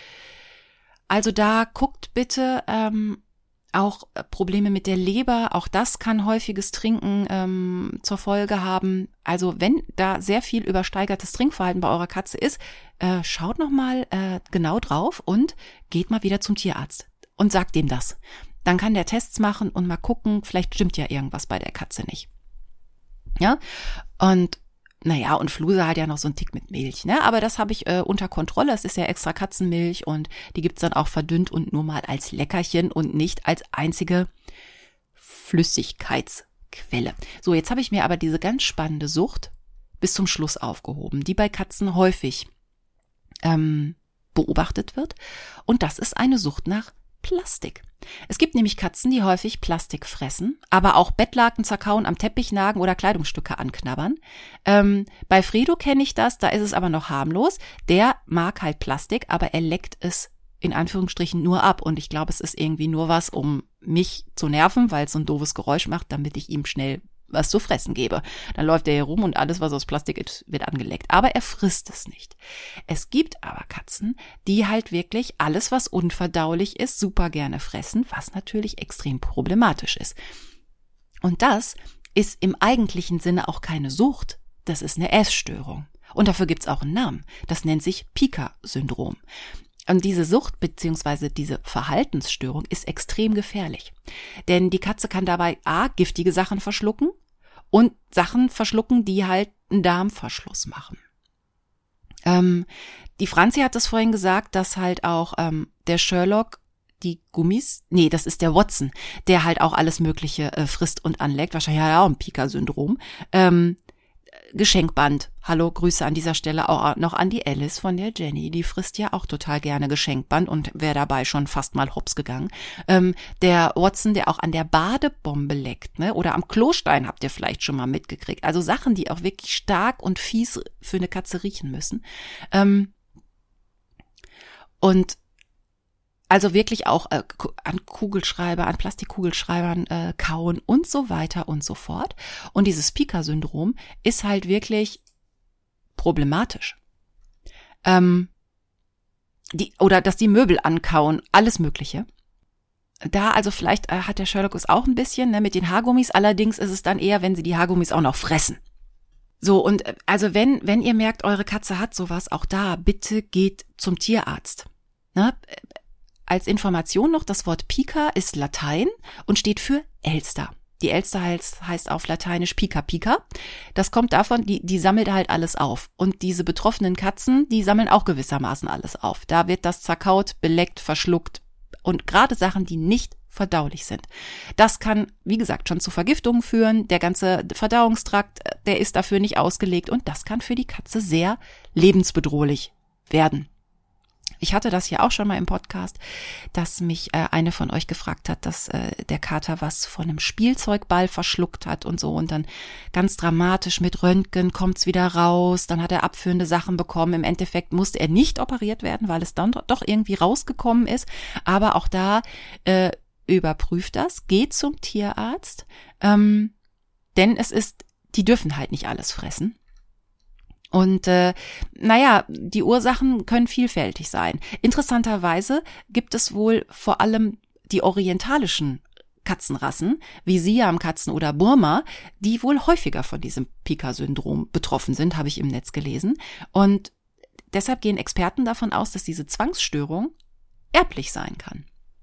Speaker 1: Also da guckt bitte, ähm, auch Probleme mit der Leber, auch das kann häufiges Trinken ähm, zur Folge haben. Also wenn da sehr viel übersteigertes Trinkverhalten bei eurer Katze ist, äh, schaut nochmal äh, genau drauf und geht mal wieder zum Tierarzt und sagt dem das. Dann kann der Tests machen und mal gucken, vielleicht stimmt ja irgendwas bei der Katze nicht. Ja, und naja, und Fluse hat ja noch so einen Tick mit Milch, ne? Aber das habe ich äh, unter Kontrolle. Es ist ja extra Katzenmilch und die gibt's dann auch verdünnt und nur mal als Leckerchen und nicht als einzige Flüssigkeitsquelle. So, jetzt habe ich mir aber diese ganz spannende Sucht bis zum Schluss aufgehoben, die bei Katzen häufig ähm, beobachtet wird. Und das ist eine Sucht nach Plastik. Es gibt nämlich Katzen, die häufig Plastik fressen, aber auch Bettlaken zerkauen, am Teppich nagen oder Kleidungsstücke anknabbern. Ähm, bei Fredo kenne ich das, da ist es aber noch harmlos. Der mag halt Plastik, aber er leckt es in Anführungsstrichen nur ab. Und ich glaube, es ist irgendwie nur was, um mich zu nerven, weil es so ein doofes Geräusch macht, damit ich ihm schnell was zu fressen gebe. Dann läuft er hier rum und alles, was aus Plastik ist, wird angeleckt. Aber er frisst es nicht. Es gibt aber Katzen, die halt wirklich alles, was unverdaulich ist, super gerne fressen, was natürlich extrem problematisch ist. Und das ist im eigentlichen Sinne auch keine Sucht. Das ist eine Essstörung. Und dafür gibt's auch einen Namen. Das nennt sich Pica-Syndrom. Und diese Sucht bzw. diese Verhaltensstörung ist extrem gefährlich. Denn die Katze kann dabei a. giftige Sachen verschlucken und Sachen verschlucken, die halt einen Darmverschluss machen. Ähm, die Franzi hat es vorhin gesagt, dass halt auch ähm, der Sherlock die Gummis, nee, das ist der Watson, der halt auch alles Mögliche äh, frisst und anleckt. Wahrscheinlich hat er auch ein Pica-Syndrom. Ähm, Geschenkband. Hallo, Grüße an dieser Stelle auch noch an die Alice von der Jenny. Die frisst ja auch total gerne Geschenkband und wäre dabei schon fast mal hops gegangen. Ähm, der Watson, der auch an der Badebombe leckt, ne? Oder am Klostein habt ihr vielleicht schon mal mitgekriegt. Also Sachen, die auch wirklich stark und fies für eine Katze riechen müssen. Ähm, und Also wirklich auch äh, an Kugelschreiber, an Plastikkugelschreibern äh, kauen und so weiter und so fort. Und dieses Pica-Syndrom ist halt wirklich problematisch. Ähm, die, oder dass die Möbel ankauen, alles Mögliche. Da also vielleicht äh, hat der Sherlock es auch ein bisschen, ne, mit den Haargummis. Allerdings ist es dann eher, wenn sie die Haargummis auch noch fressen. So, und äh, also wenn, wenn ihr merkt, eure Katze hat sowas, auch da, bitte geht zum Tierarzt. Ne? Als Information noch, das Wort Pica ist Latein und steht für Elster. Die Elster heißt, heißt auf Lateinisch Pica Pica. Das kommt davon, die, die sammelt halt alles auf. Und diese betroffenen Katzen, die sammeln auch gewissermaßen alles auf. Da wird das zerkaut, beleckt, verschluckt und gerade Sachen, die nicht verdaulich sind. Das kann, wie gesagt, schon zu Vergiftungen führen. Der ganze Verdauungstrakt, der ist dafür nicht ausgelegt und das kann für die Katze sehr lebensbedrohlich werden. Ich hatte das hier auch schon mal im Podcast, dass mich äh, eine von euch gefragt hat, dass äh, der Kater was von einem Spielzeugball verschluckt hat und so und dann ganz dramatisch mit Röntgen kommt's wieder raus, dann hat er abführende Sachen bekommen. Im Endeffekt musste er nicht operiert werden, weil es dann doch irgendwie rausgekommen ist, aber auch da äh, überprüft das, geht zum Tierarzt, ähm, denn es ist, die dürfen halt nicht alles fressen. Und äh, naja, die Ursachen können vielfältig sein. Interessanterweise gibt es wohl vor allem die orientalischen Katzenrassen, wie Siamkatzen oder Burma, die wohl häufiger von diesem Pica-Syndrom betroffen sind, habe ich im Netz gelesen. Und deshalb gehen Experten davon aus, dass diese Zwangsstörung erblich sein kann.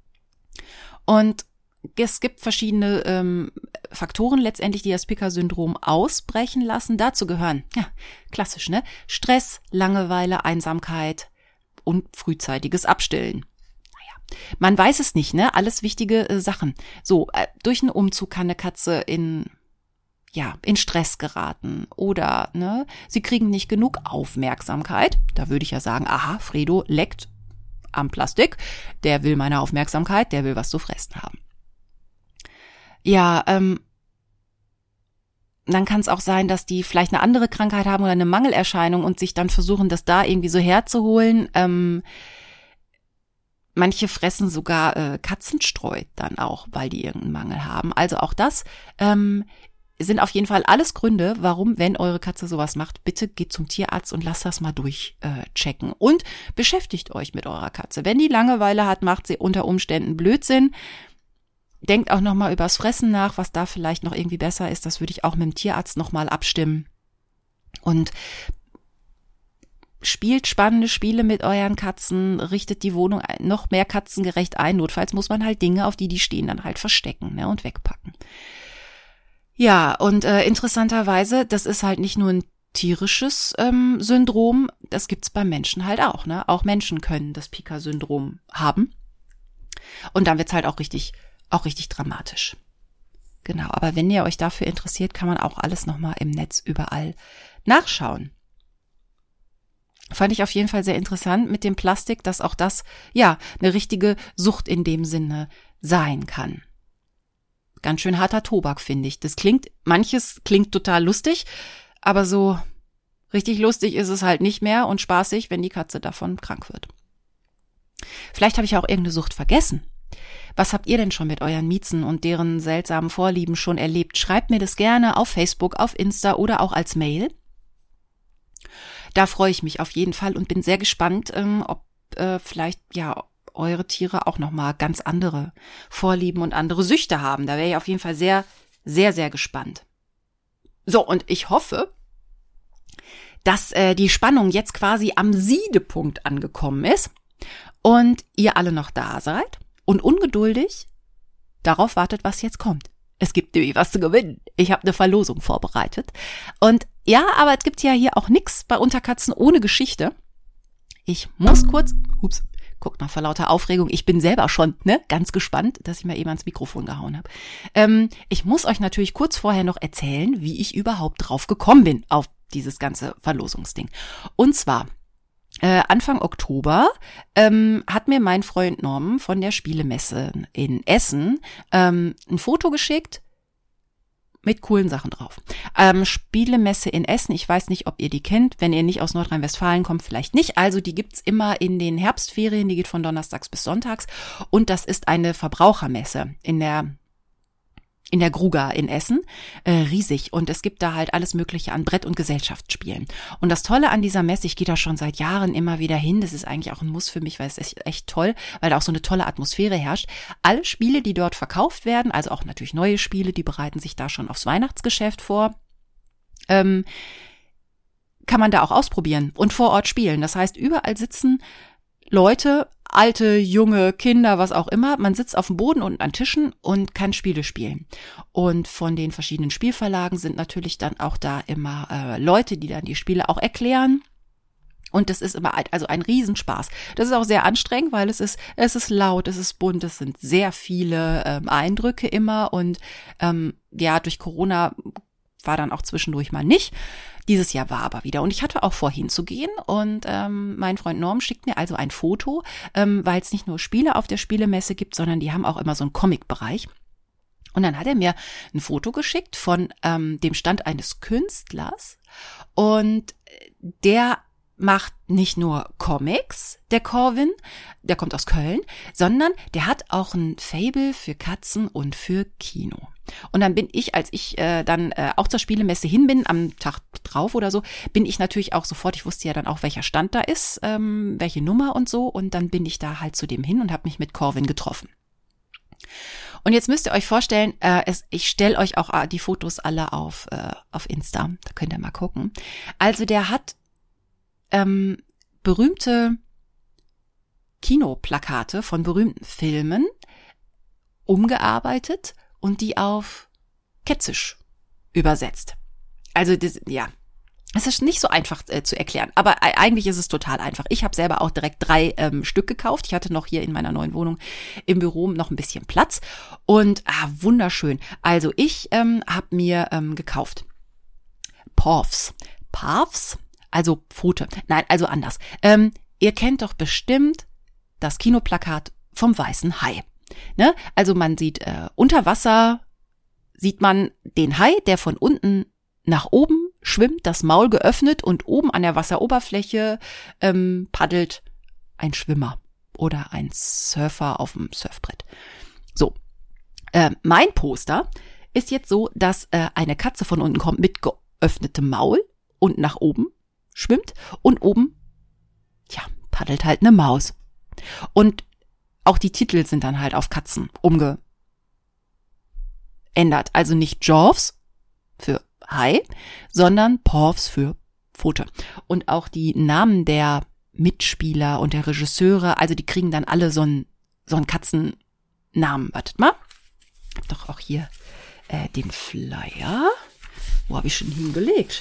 Speaker 1: Und es gibt verschiedene ähm, Faktoren letztendlich, die das Pica-Syndrom ausbrechen lassen. Dazu gehören, ja, klassisch, ne? Stress, Langeweile, Einsamkeit und frühzeitiges Abstillen. Naja, man weiß es nicht, ne? Alles wichtige äh, Sachen. So, äh, durch einen Umzug kann eine Katze in, ja, in Stress geraten oder, ne? Sie kriegen nicht genug Aufmerksamkeit. Da würde ich ja sagen, aha, Fredo leckt am Plastik. Der will meine Aufmerksamkeit, der will was zu fressen haben. ja, ähm, dann kann es auch sein, dass die vielleicht eine andere Krankheit haben oder eine Mangelerscheinung und sich dann versuchen, das da irgendwie so herzuholen. Ähm, manche fressen sogar äh, Katzenstreu dann auch, weil die irgendeinen Mangel haben. Also auch das ähm, sind auf jeden Fall alles Gründe, warum, wenn eure Katze sowas macht, bitte geht zum Tierarzt und lasst das mal durchchecken. Äh, und beschäftigt euch mit eurer Katze. Wenn die Langeweile hat, macht sie unter Umständen Blödsinn. Denkt auch nochmal übers Fressen nach, was da vielleicht noch irgendwie besser ist. Das würde ich auch mit dem Tierarzt nochmal abstimmen. Und spielt spannende Spiele mit euren Katzen, richtet die Wohnung noch mehr katzengerecht ein. Notfalls muss man halt Dinge, auf die die stehen, dann halt verstecken, ne, und wegpacken. Ja, und äh, interessanterweise, das ist halt nicht nur ein tierisches ähm, Syndrom, das gibt's beim Menschen halt auch, ne? Auch Menschen können das Pica-Syndrom haben. Und dann wird's halt auch richtig Auch richtig dramatisch. Genau, aber wenn ihr euch dafür interessiert, kann man auch alles nochmal im Netz überall nachschauen. Fand ich auf jeden Fall sehr interessant mit dem Plastik, dass auch das, ja, eine richtige Sucht in dem Sinne sein kann. Ganz schön harter Tobak, finde ich. Das klingt, manches klingt total lustig, aber so richtig lustig ist es halt nicht mehr und spaßig, wenn die Katze davon krank wird. Vielleicht habe ich auch irgendeine Sucht vergessen. Was habt ihr denn schon mit euren Miezen und deren seltsamen Vorlieben schon erlebt? Schreibt mir das gerne auf Facebook, auf Insta oder auch als Mail. Da freue ich mich auf jeden Fall und bin sehr gespannt, ähm, ob äh, vielleicht ja eure Tiere auch nochmal ganz andere Vorlieben und andere Süchte haben. Da wäre ich auf jeden Fall sehr, sehr, sehr gespannt. So, und ich hoffe, dass äh, die Spannung jetzt quasi am Siedepunkt angekommen ist und ihr alle noch da seid. Und ungeduldig darauf wartet, was jetzt kommt. Es gibt nämlich was zu gewinnen. Ich habe eine Verlosung vorbereitet. Und ja, aber es gibt ja hier auch nichts bei Unterkatzen ohne Geschichte. Ich muss kurz, ups, guckt mal vor lauter Aufregung, ich bin selber schon ne, ganz gespannt, dass ich mir eben ans Mikrofon gehauen habe. Ähm, ich muss euch natürlich kurz vorher noch erzählen, wie ich überhaupt drauf gekommen bin auf dieses ganze Verlosungsding. Und zwar Äh, Anfang Oktober ähm, hat mir mein Freund Norman von der Spielemesse in Essen ähm, ein Foto geschickt mit coolen Sachen drauf. Ähm, Spielemesse in Essen, ich weiß nicht, ob ihr die kennt. Wenn ihr nicht aus Nordrhein-Westfalen kommt, vielleicht nicht. Also die gibt's immer in den Herbstferien, die geht von Donnerstags bis Sonntags. Und das ist eine Verbrauchermesse in der in der Gruga in Essen, äh, riesig. Und es gibt da halt alles Mögliche an Brett- und Gesellschaftsspielen. Und das Tolle an dieser Messe, ich gehe da schon seit Jahren immer wieder hin, das ist eigentlich auch ein Muss für mich, weil es ist echt toll, weil da auch so eine tolle Atmosphäre herrscht. Alle Spiele, die dort verkauft werden, also auch natürlich neue Spiele, die bereiten sich da schon aufs Weihnachtsgeschäft vor, ähm, kann man da auch ausprobieren und vor Ort spielen. Das heißt, überall sitzen Leute, alte, junge, Kinder, was auch immer. Man sitzt auf dem Boden und an Tischen und kann Spiele spielen. Und von den verschiedenen Spielverlagen sind natürlich dann auch da immer äh, Leute, die dann die Spiele auch erklären. Und das ist immer also ein Riesenspaß. Das ist auch sehr anstrengend, weil es ist es ist laut, es ist bunt, es sind sehr viele ähm, Eindrücke immer. Und ähm, ja, durch Corona war dann auch zwischendurch mal nicht. Dieses Jahr war aber wieder. Und ich hatte auch vor, hinzugehen. Und ähm, mein Freund Norm schickt mir also ein Foto, ähm, weil es nicht nur Spiele auf der Spielemesse gibt, sondern die haben auch immer so einen Comic-Bereich. Und dann hat er mir ein Foto geschickt von ähm, dem Stand eines Künstlers. Und der macht nicht nur Comics, der Corwin, der kommt aus Köln, sondern der hat auch ein Faible für Katzen und für Kino. Und dann bin ich, als ich äh, dann äh, auch zur Spielemesse hin bin, am Tag drauf oder so, bin ich natürlich auch sofort, ich wusste ja dann auch, welcher Stand da ist, ähm, welche Nummer und so. Und dann bin ich da halt zu dem hin und habe mich mit Corwin getroffen. Und jetzt müsst ihr euch vorstellen, äh, es, ich stelle euch auch die Fotos alle auf, äh, auf Insta, da könnt ihr mal gucken. Also der hat ähm, berühmte Kinoplakate von berühmten Filmen umgearbeitet und die auf Kätzisch übersetzt. Also das, ja, es ist nicht so einfach äh, zu erklären, aber äh, eigentlich ist es total einfach. Ich habe selber auch direkt drei ähm, Stück gekauft. Ich hatte noch hier in meiner neuen Wohnung im Büro noch ein bisschen Platz und ah, wunderschön. Also ich ähm, habe mir ähm, gekauft Porfs. Porfs, also Pfote. Nein, also anders. Ähm, ihr kennt doch bestimmt das Kinoplakat vom Weißen Hai. Ne? Also man sieht äh, unter Wasser sieht man den Hai, der von unten nach oben schwimmt, das Maul geöffnet und oben an der Wasseroberfläche ähm, paddelt ein Schwimmer oder ein Surfer auf dem Surfbrett. So, äh, mein Poster ist jetzt so, dass äh, eine Katze von unten kommt mit geöffnetem Maul und nach oben schwimmt und oben, ja, paddelt halt eine Maus. Und auch die Titel sind dann halt auf Katzen umgeändert. Also nicht Jaws für Hai, sondern Paws für Pfote. Und auch die Namen der Mitspieler und der Regisseure, also die kriegen dann alle so einen so einen Katzennamen. Wartet mal. Ich hab doch auch hier äh, den Flyer. Wo habe ich schon hingelegt?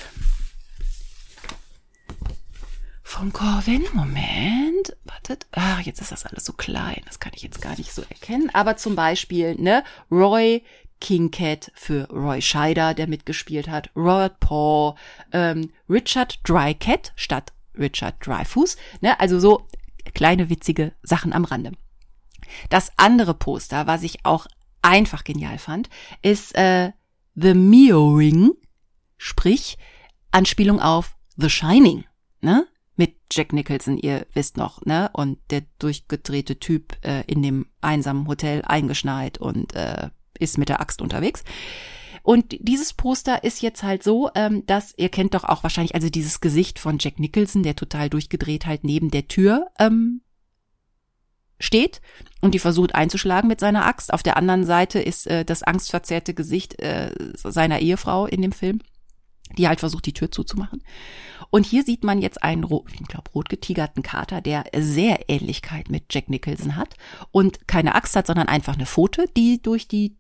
Speaker 1: Vom Corvin. Moment. Wartet. Ach, jetzt ist das alles so klein. Das kann ich jetzt gar nicht so erkennen. Aber zum Beispiel, ne, Roy Kincaid für Roy Scheider, der mitgespielt hat, Robert Paul, ähm, Richard Drycat statt Richard Dreyfuss, ne, also so kleine witzige Sachen am Rande. Das andere Poster, was ich auch einfach genial fand, ist äh, The Mio-Ring, sprich Anspielung auf The Shining, ne, mit Jack Nicholson, ihr wisst noch, ne, und der durchgedrehte Typ äh, in dem einsamen Hotel eingeschneit und äh, ist mit der Axt unterwegs. Und dieses Poster ist jetzt halt so, ähm, dass, ihr kennt doch auch wahrscheinlich, also dieses Gesicht von Jack Nicholson, der total durchgedreht halt neben der Tür ähm, steht und die versucht einzuschlagen mit seiner Axt. Auf der anderen Seite ist äh, das angstverzerrte Gesicht äh, seiner Ehefrau in dem Film, die halt versucht, die Tür zuzumachen. Und hier sieht man jetzt einen, ich glaube, rot getigerten Kater, der sehr Ähnlichkeit mit Jack Nicholson hat und keine Axt hat, sondern einfach eine Pfote, die durch die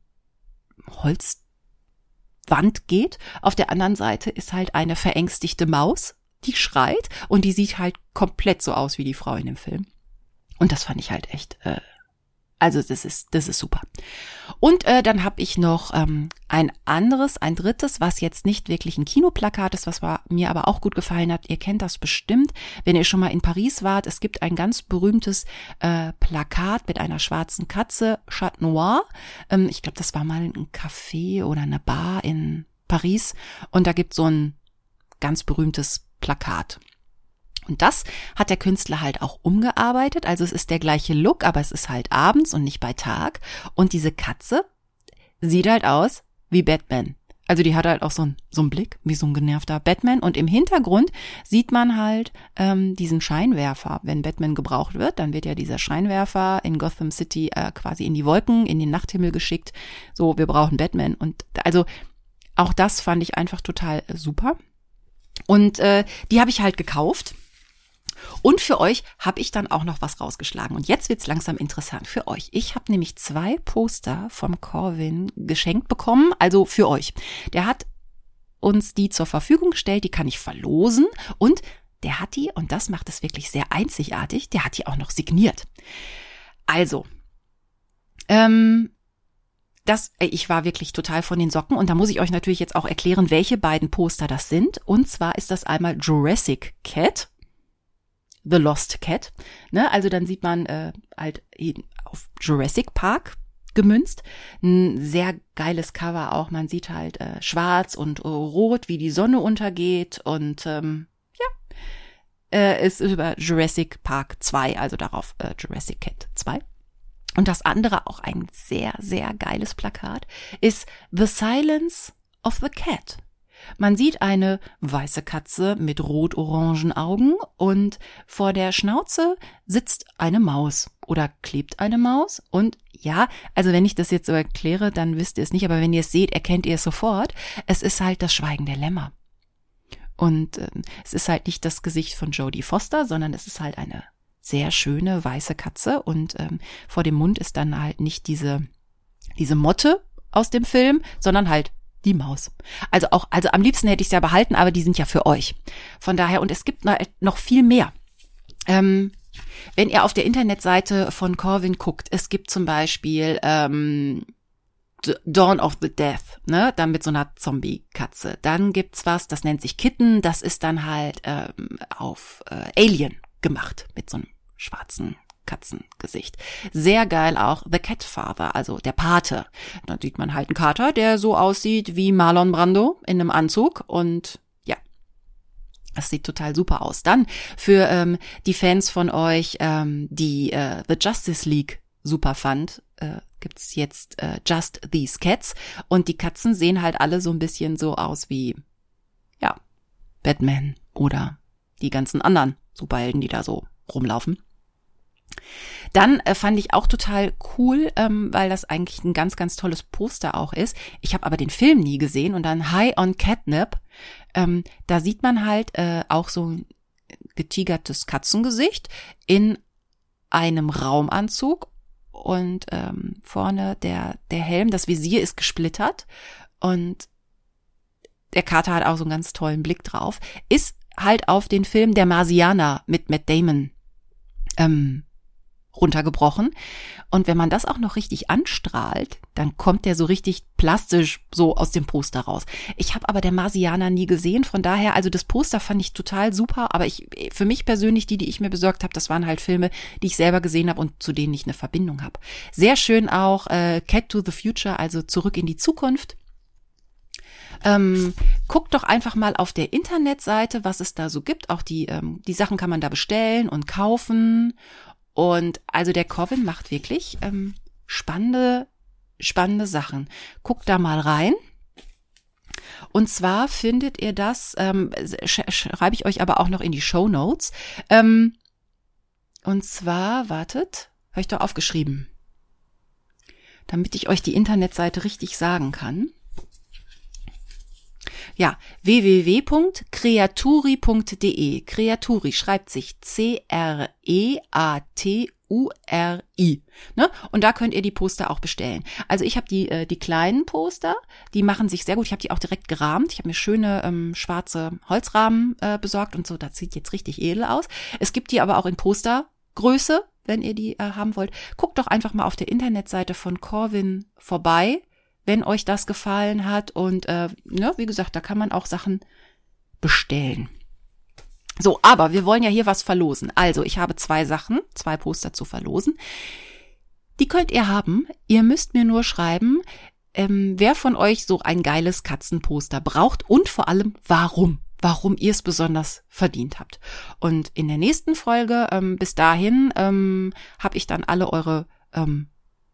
Speaker 1: Holzwand geht. Auf der anderen Seite ist halt eine verängstigte Maus, die schreit und die sieht halt komplett so aus wie die Frau in dem Film. Und das fand ich halt echt, äh, also das ist das ist super. Und äh, dann habe ich noch ähm, ein anderes, ein drittes, was jetzt nicht wirklich ein Kinoplakat ist, was war, mir aber auch gut gefallen hat. Ihr kennt das bestimmt, wenn ihr schon mal in Paris wart. Es gibt ein ganz berühmtes äh, Plakat mit einer schwarzen Katze, Chat Noir. Ähm, ich glaube, das war mal ein Café oder eine Bar in Paris. Und da gibt es so ein ganz berühmtes Plakat. Und das hat der Künstler halt auch umgearbeitet. Also es ist der gleiche Look, aber es ist halt abends und nicht bei Tag. Und diese Katze sieht halt aus wie Batman. Also die hat halt auch so einen so einen Blick, wie so ein genervter Batman. Und im Hintergrund sieht man halt ähm, diesen Scheinwerfer. Wenn Batman gebraucht wird, dann wird ja dieser Scheinwerfer in Gotham City äh, quasi in die Wolken, in den Nachthimmel geschickt. So, wir brauchen Batman. Und also auch das fand ich einfach total super. Und äh, die habe ich halt gekauft. Und für euch habe ich dann auch noch was rausgeschlagen. Und jetzt wird's langsam interessant für euch. Ich habe nämlich zwei Poster vom Corvin geschenkt bekommen, also für euch. Der hat uns die zur Verfügung gestellt, die kann ich verlosen. Und der hat die, und das macht es wirklich sehr einzigartig, der hat die auch noch signiert. Also, ähm, das, ich war wirklich total von den Socken. Und da muss ich euch natürlich jetzt auch erklären, welche beiden Poster das sind. Und zwar ist das einmal Jurassic Cat, The Lost Cat, ne, also dann sieht man äh, halt auf Jurassic Park gemünzt, ein sehr geiles Cover auch, man sieht halt äh, schwarz und äh, rot, wie die Sonne untergeht und ähm, ja, äh, es ist über Jurassic Park zwei, also darauf äh, Jurassic Cat zwei. Und das andere, auch ein sehr, sehr geiles Plakat, ist The Silence of the Cat. Man sieht eine weiße Katze mit rot-orangen Augen und vor der Schnauze sitzt eine Maus oder klebt eine Maus. Und ja, also wenn ich das jetzt so erkläre, dann wisst ihr es nicht, aber wenn ihr es seht, erkennt ihr es sofort. Es ist halt das Schweigen der Lämmer. Und äh, es ist halt nicht das Gesicht von Jodie Foster, sondern es ist halt eine sehr schöne weiße Katze und ähm, vor dem Mund ist dann halt nicht diese, diese Motte aus dem Film, sondern halt die Maus. Also auch, also am liebsten hätte ich es ja behalten, aber die sind ja für euch. Von daher, und es gibt noch viel mehr. Ähm, wenn ihr auf der Internetseite von Corvin guckt, es gibt zum Beispiel ähm, Dawn of the Death, ne, dann mit so einer Zombie-Katze. Dann gibt's was, das nennt sich Kitten, das ist dann halt ähm, auf äh, Alien gemacht, mit so einem schwarzen Katzengesicht. Sehr geil auch The Cat Father, also der Pate. Da sieht man halt einen Kater, der so aussieht wie Marlon Brando in einem Anzug und ja, das sieht total super aus. Dann für ähm, die Fans von euch, ähm, die äh, The Justice League super fand, äh, gibt's jetzt äh, Just These Cats und die Katzen sehen halt alle so ein bisschen so aus wie, ja, Batman oder die ganzen anderen Superhelden, die da so rumlaufen. Dann äh, fand ich auch total cool, ähm, weil das eigentlich ein ganz, ganz tolles Poster auch ist. Ich habe aber den Film nie gesehen und dann High on Catnip. Ähm, da sieht man halt äh, auch so ein getigertes Katzengesicht in einem Raumanzug und ähm, vorne der, der Helm, das Visier ist gesplittert und der Kater hat auch so einen ganz tollen Blick drauf. Ist halt auf den Film Der Marsianer mit Matt Damon ähm, runtergebrochen. Und wenn man das auch noch richtig anstrahlt, dann kommt der so richtig plastisch so aus dem Poster raus. Ich habe aber Der Marsianer nie gesehen, von daher, also das Poster fand ich total super, aber ich für mich persönlich, die, die ich mir besorgt habe, das waren halt Filme, die ich selber gesehen habe und zu denen ich eine Verbindung habe. Sehr schön auch äh, Cat to the Future, also Zurück in die Zukunft. Ähm, guckt doch einfach mal auf der Internetseite, was es da so gibt. Auch die, ähm, die Sachen kann man da bestellen und kaufen. Und also der Corwin macht wirklich ähm, spannende, spannende Sachen. Guckt da mal rein. Und zwar findet ihr das, ähm, sch- schreibe ich euch aber auch noch in die Shownotes. Ähm, und zwar, wartet, habe ich doch aufgeschrieben, damit ich euch die Internetseite richtig sagen kann. Ja, w w w punkt creaturi punkt d e. Creaturi schreibt sich C R E A T U R I. Ne? Und da könnt ihr die Poster auch bestellen. Also ich habe die äh, die kleinen Poster, die machen sich sehr gut. Ich habe die auch direkt gerahmt. Ich habe mir schöne ähm, schwarze Holzrahmen äh, besorgt und so. Das sieht jetzt richtig edel aus. Es gibt die aber auch in Postergröße, wenn ihr die äh, haben wollt. Guckt doch einfach mal auf der Internetseite von Corwin vorbei, wenn euch das gefallen hat. Und äh, ne, wie gesagt, da kann man auch Sachen bestellen. So, aber wir wollen ja hier was verlosen. Also, ich habe zwei Sachen, zwei Poster zu verlosen. Die könnt ihr haben. Ihr müsst mir nur schreiben, ähm, wer von euch so ein geiles Katzenposter braucht und vor allem, warum. Warum ihr es besonders verdient habt. Und in der nächsten Folge, ähm, bis dahin, ähm, habe ich dann alle eure ähm,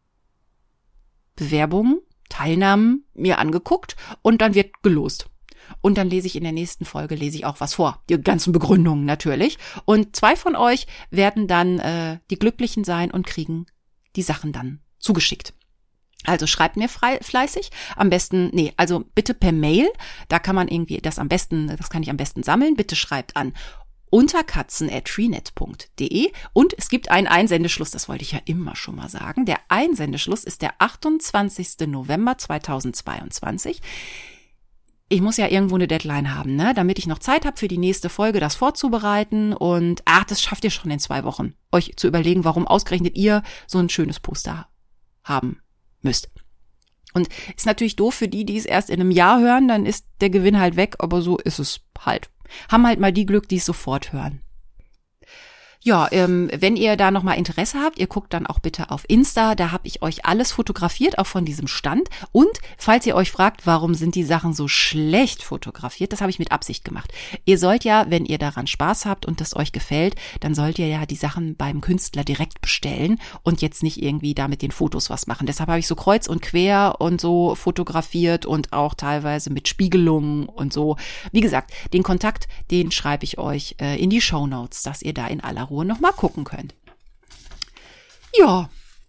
Speaker 1: Bewerbungen, Teilnahmen mir angeguckt und dann wird gelost. Und dann lese ich in der nächsten Folge, lese ich auch was vor. Die ganzen Begründungen natürlich. Und zwei von euch werden dann äh, die Glücklichen sein und kriegen die Sachen dann zugeschickt. Also schreibt mir frei, fleißig. Am besten, nee, also bitte per Mail. Da kann man irgendwie das am besten, das kann ich am besten sammeln. Bitte schreibt an unterkatzen at freenet punkt de und es gibt einen Einsendeschluss, das wollte ich ja immer schon mal sagen. Der Einsendeschluss ist der achtundzwanzigster November zweitausendzweiundzwanzig. Ich muss ja irgendwo eine Deadline haben, ne, damit ich noch Zeit habe für die nächste Folge, das vorzubereiten und ach, das schafft ihr schon in zwei Wochen, euch zu überlegen, warum ausgerechnet ihr so ein schönes Poster haben müsst. Und ist natürlich doof für die, die es erst in einem Jahr hören, dann ist der Gewinn halt weg, aber so ist es halt. Haben halt mal die Glück, die es sofort hören. Ja, ähm, wenn ihr da nochmal Interesse habt, ihr guckt dann auch bitte auf Insta, da habe ich euch alles fotografiert, auch von diesem Stand. Und falls ihr euch fragt, warum sind die Sachen so schlecht fotografiert, das habe ich mit Absicht gemacht. Ihr sollt ja, wenn ihr daran Spaß habt und das euch gefällt, dann sollt ihr ja die Sachen beim Künstler direkt bestellen und jetzt nicht irgendwie da mit den Fotos was machen. Deshalb habe ich so kreuz und quer und so fotografiert und auch teilweise mit Spiegelungen und so. Wie gesagt, den Kontakt, den schreibe ich euch äh, in die Shownotes, dass ihr da in aller Ruhe noch mal gucken könnt. Ja.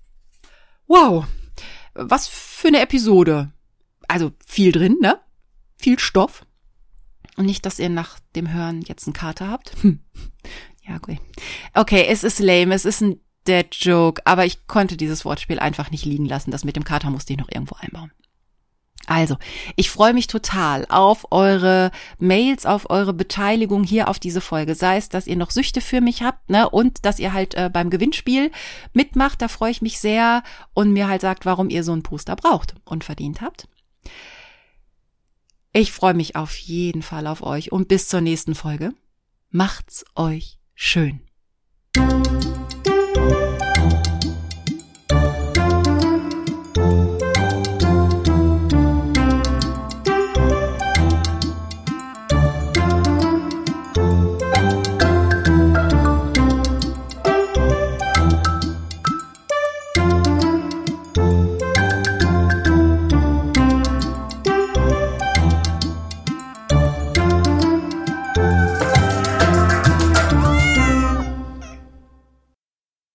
Speaker 1: Wow. Was für eine Episode. Also viel drin, ne? Viel Stoff. Und nicht, dass ihr nach dem Hören jetzt einen Kater habt. Hm. Ja, okay. Okay, es ist lame, es ist ein Dad-Joke, aber ich konnte dieses Wortspiel einfach nicht liegen lassen. Das mit dem Kater musste ich noch irgendwo einbauen. Also, ich freue mich total auf eure Mails, auf eure Beteiligung hier auf diese Folge. Sei es, dass ihr noch Süchte für mich habt, ne, und dass ihr halt äh, beim Gewinnspiel mitmacht, da freue ich mich sehr und mir halt sagt, warum ihr so ein Poster braucht und verdient habt. Ich freue mich auf jeden Fall auf euch und bis zur nächsten Folge. Macht's euch schön.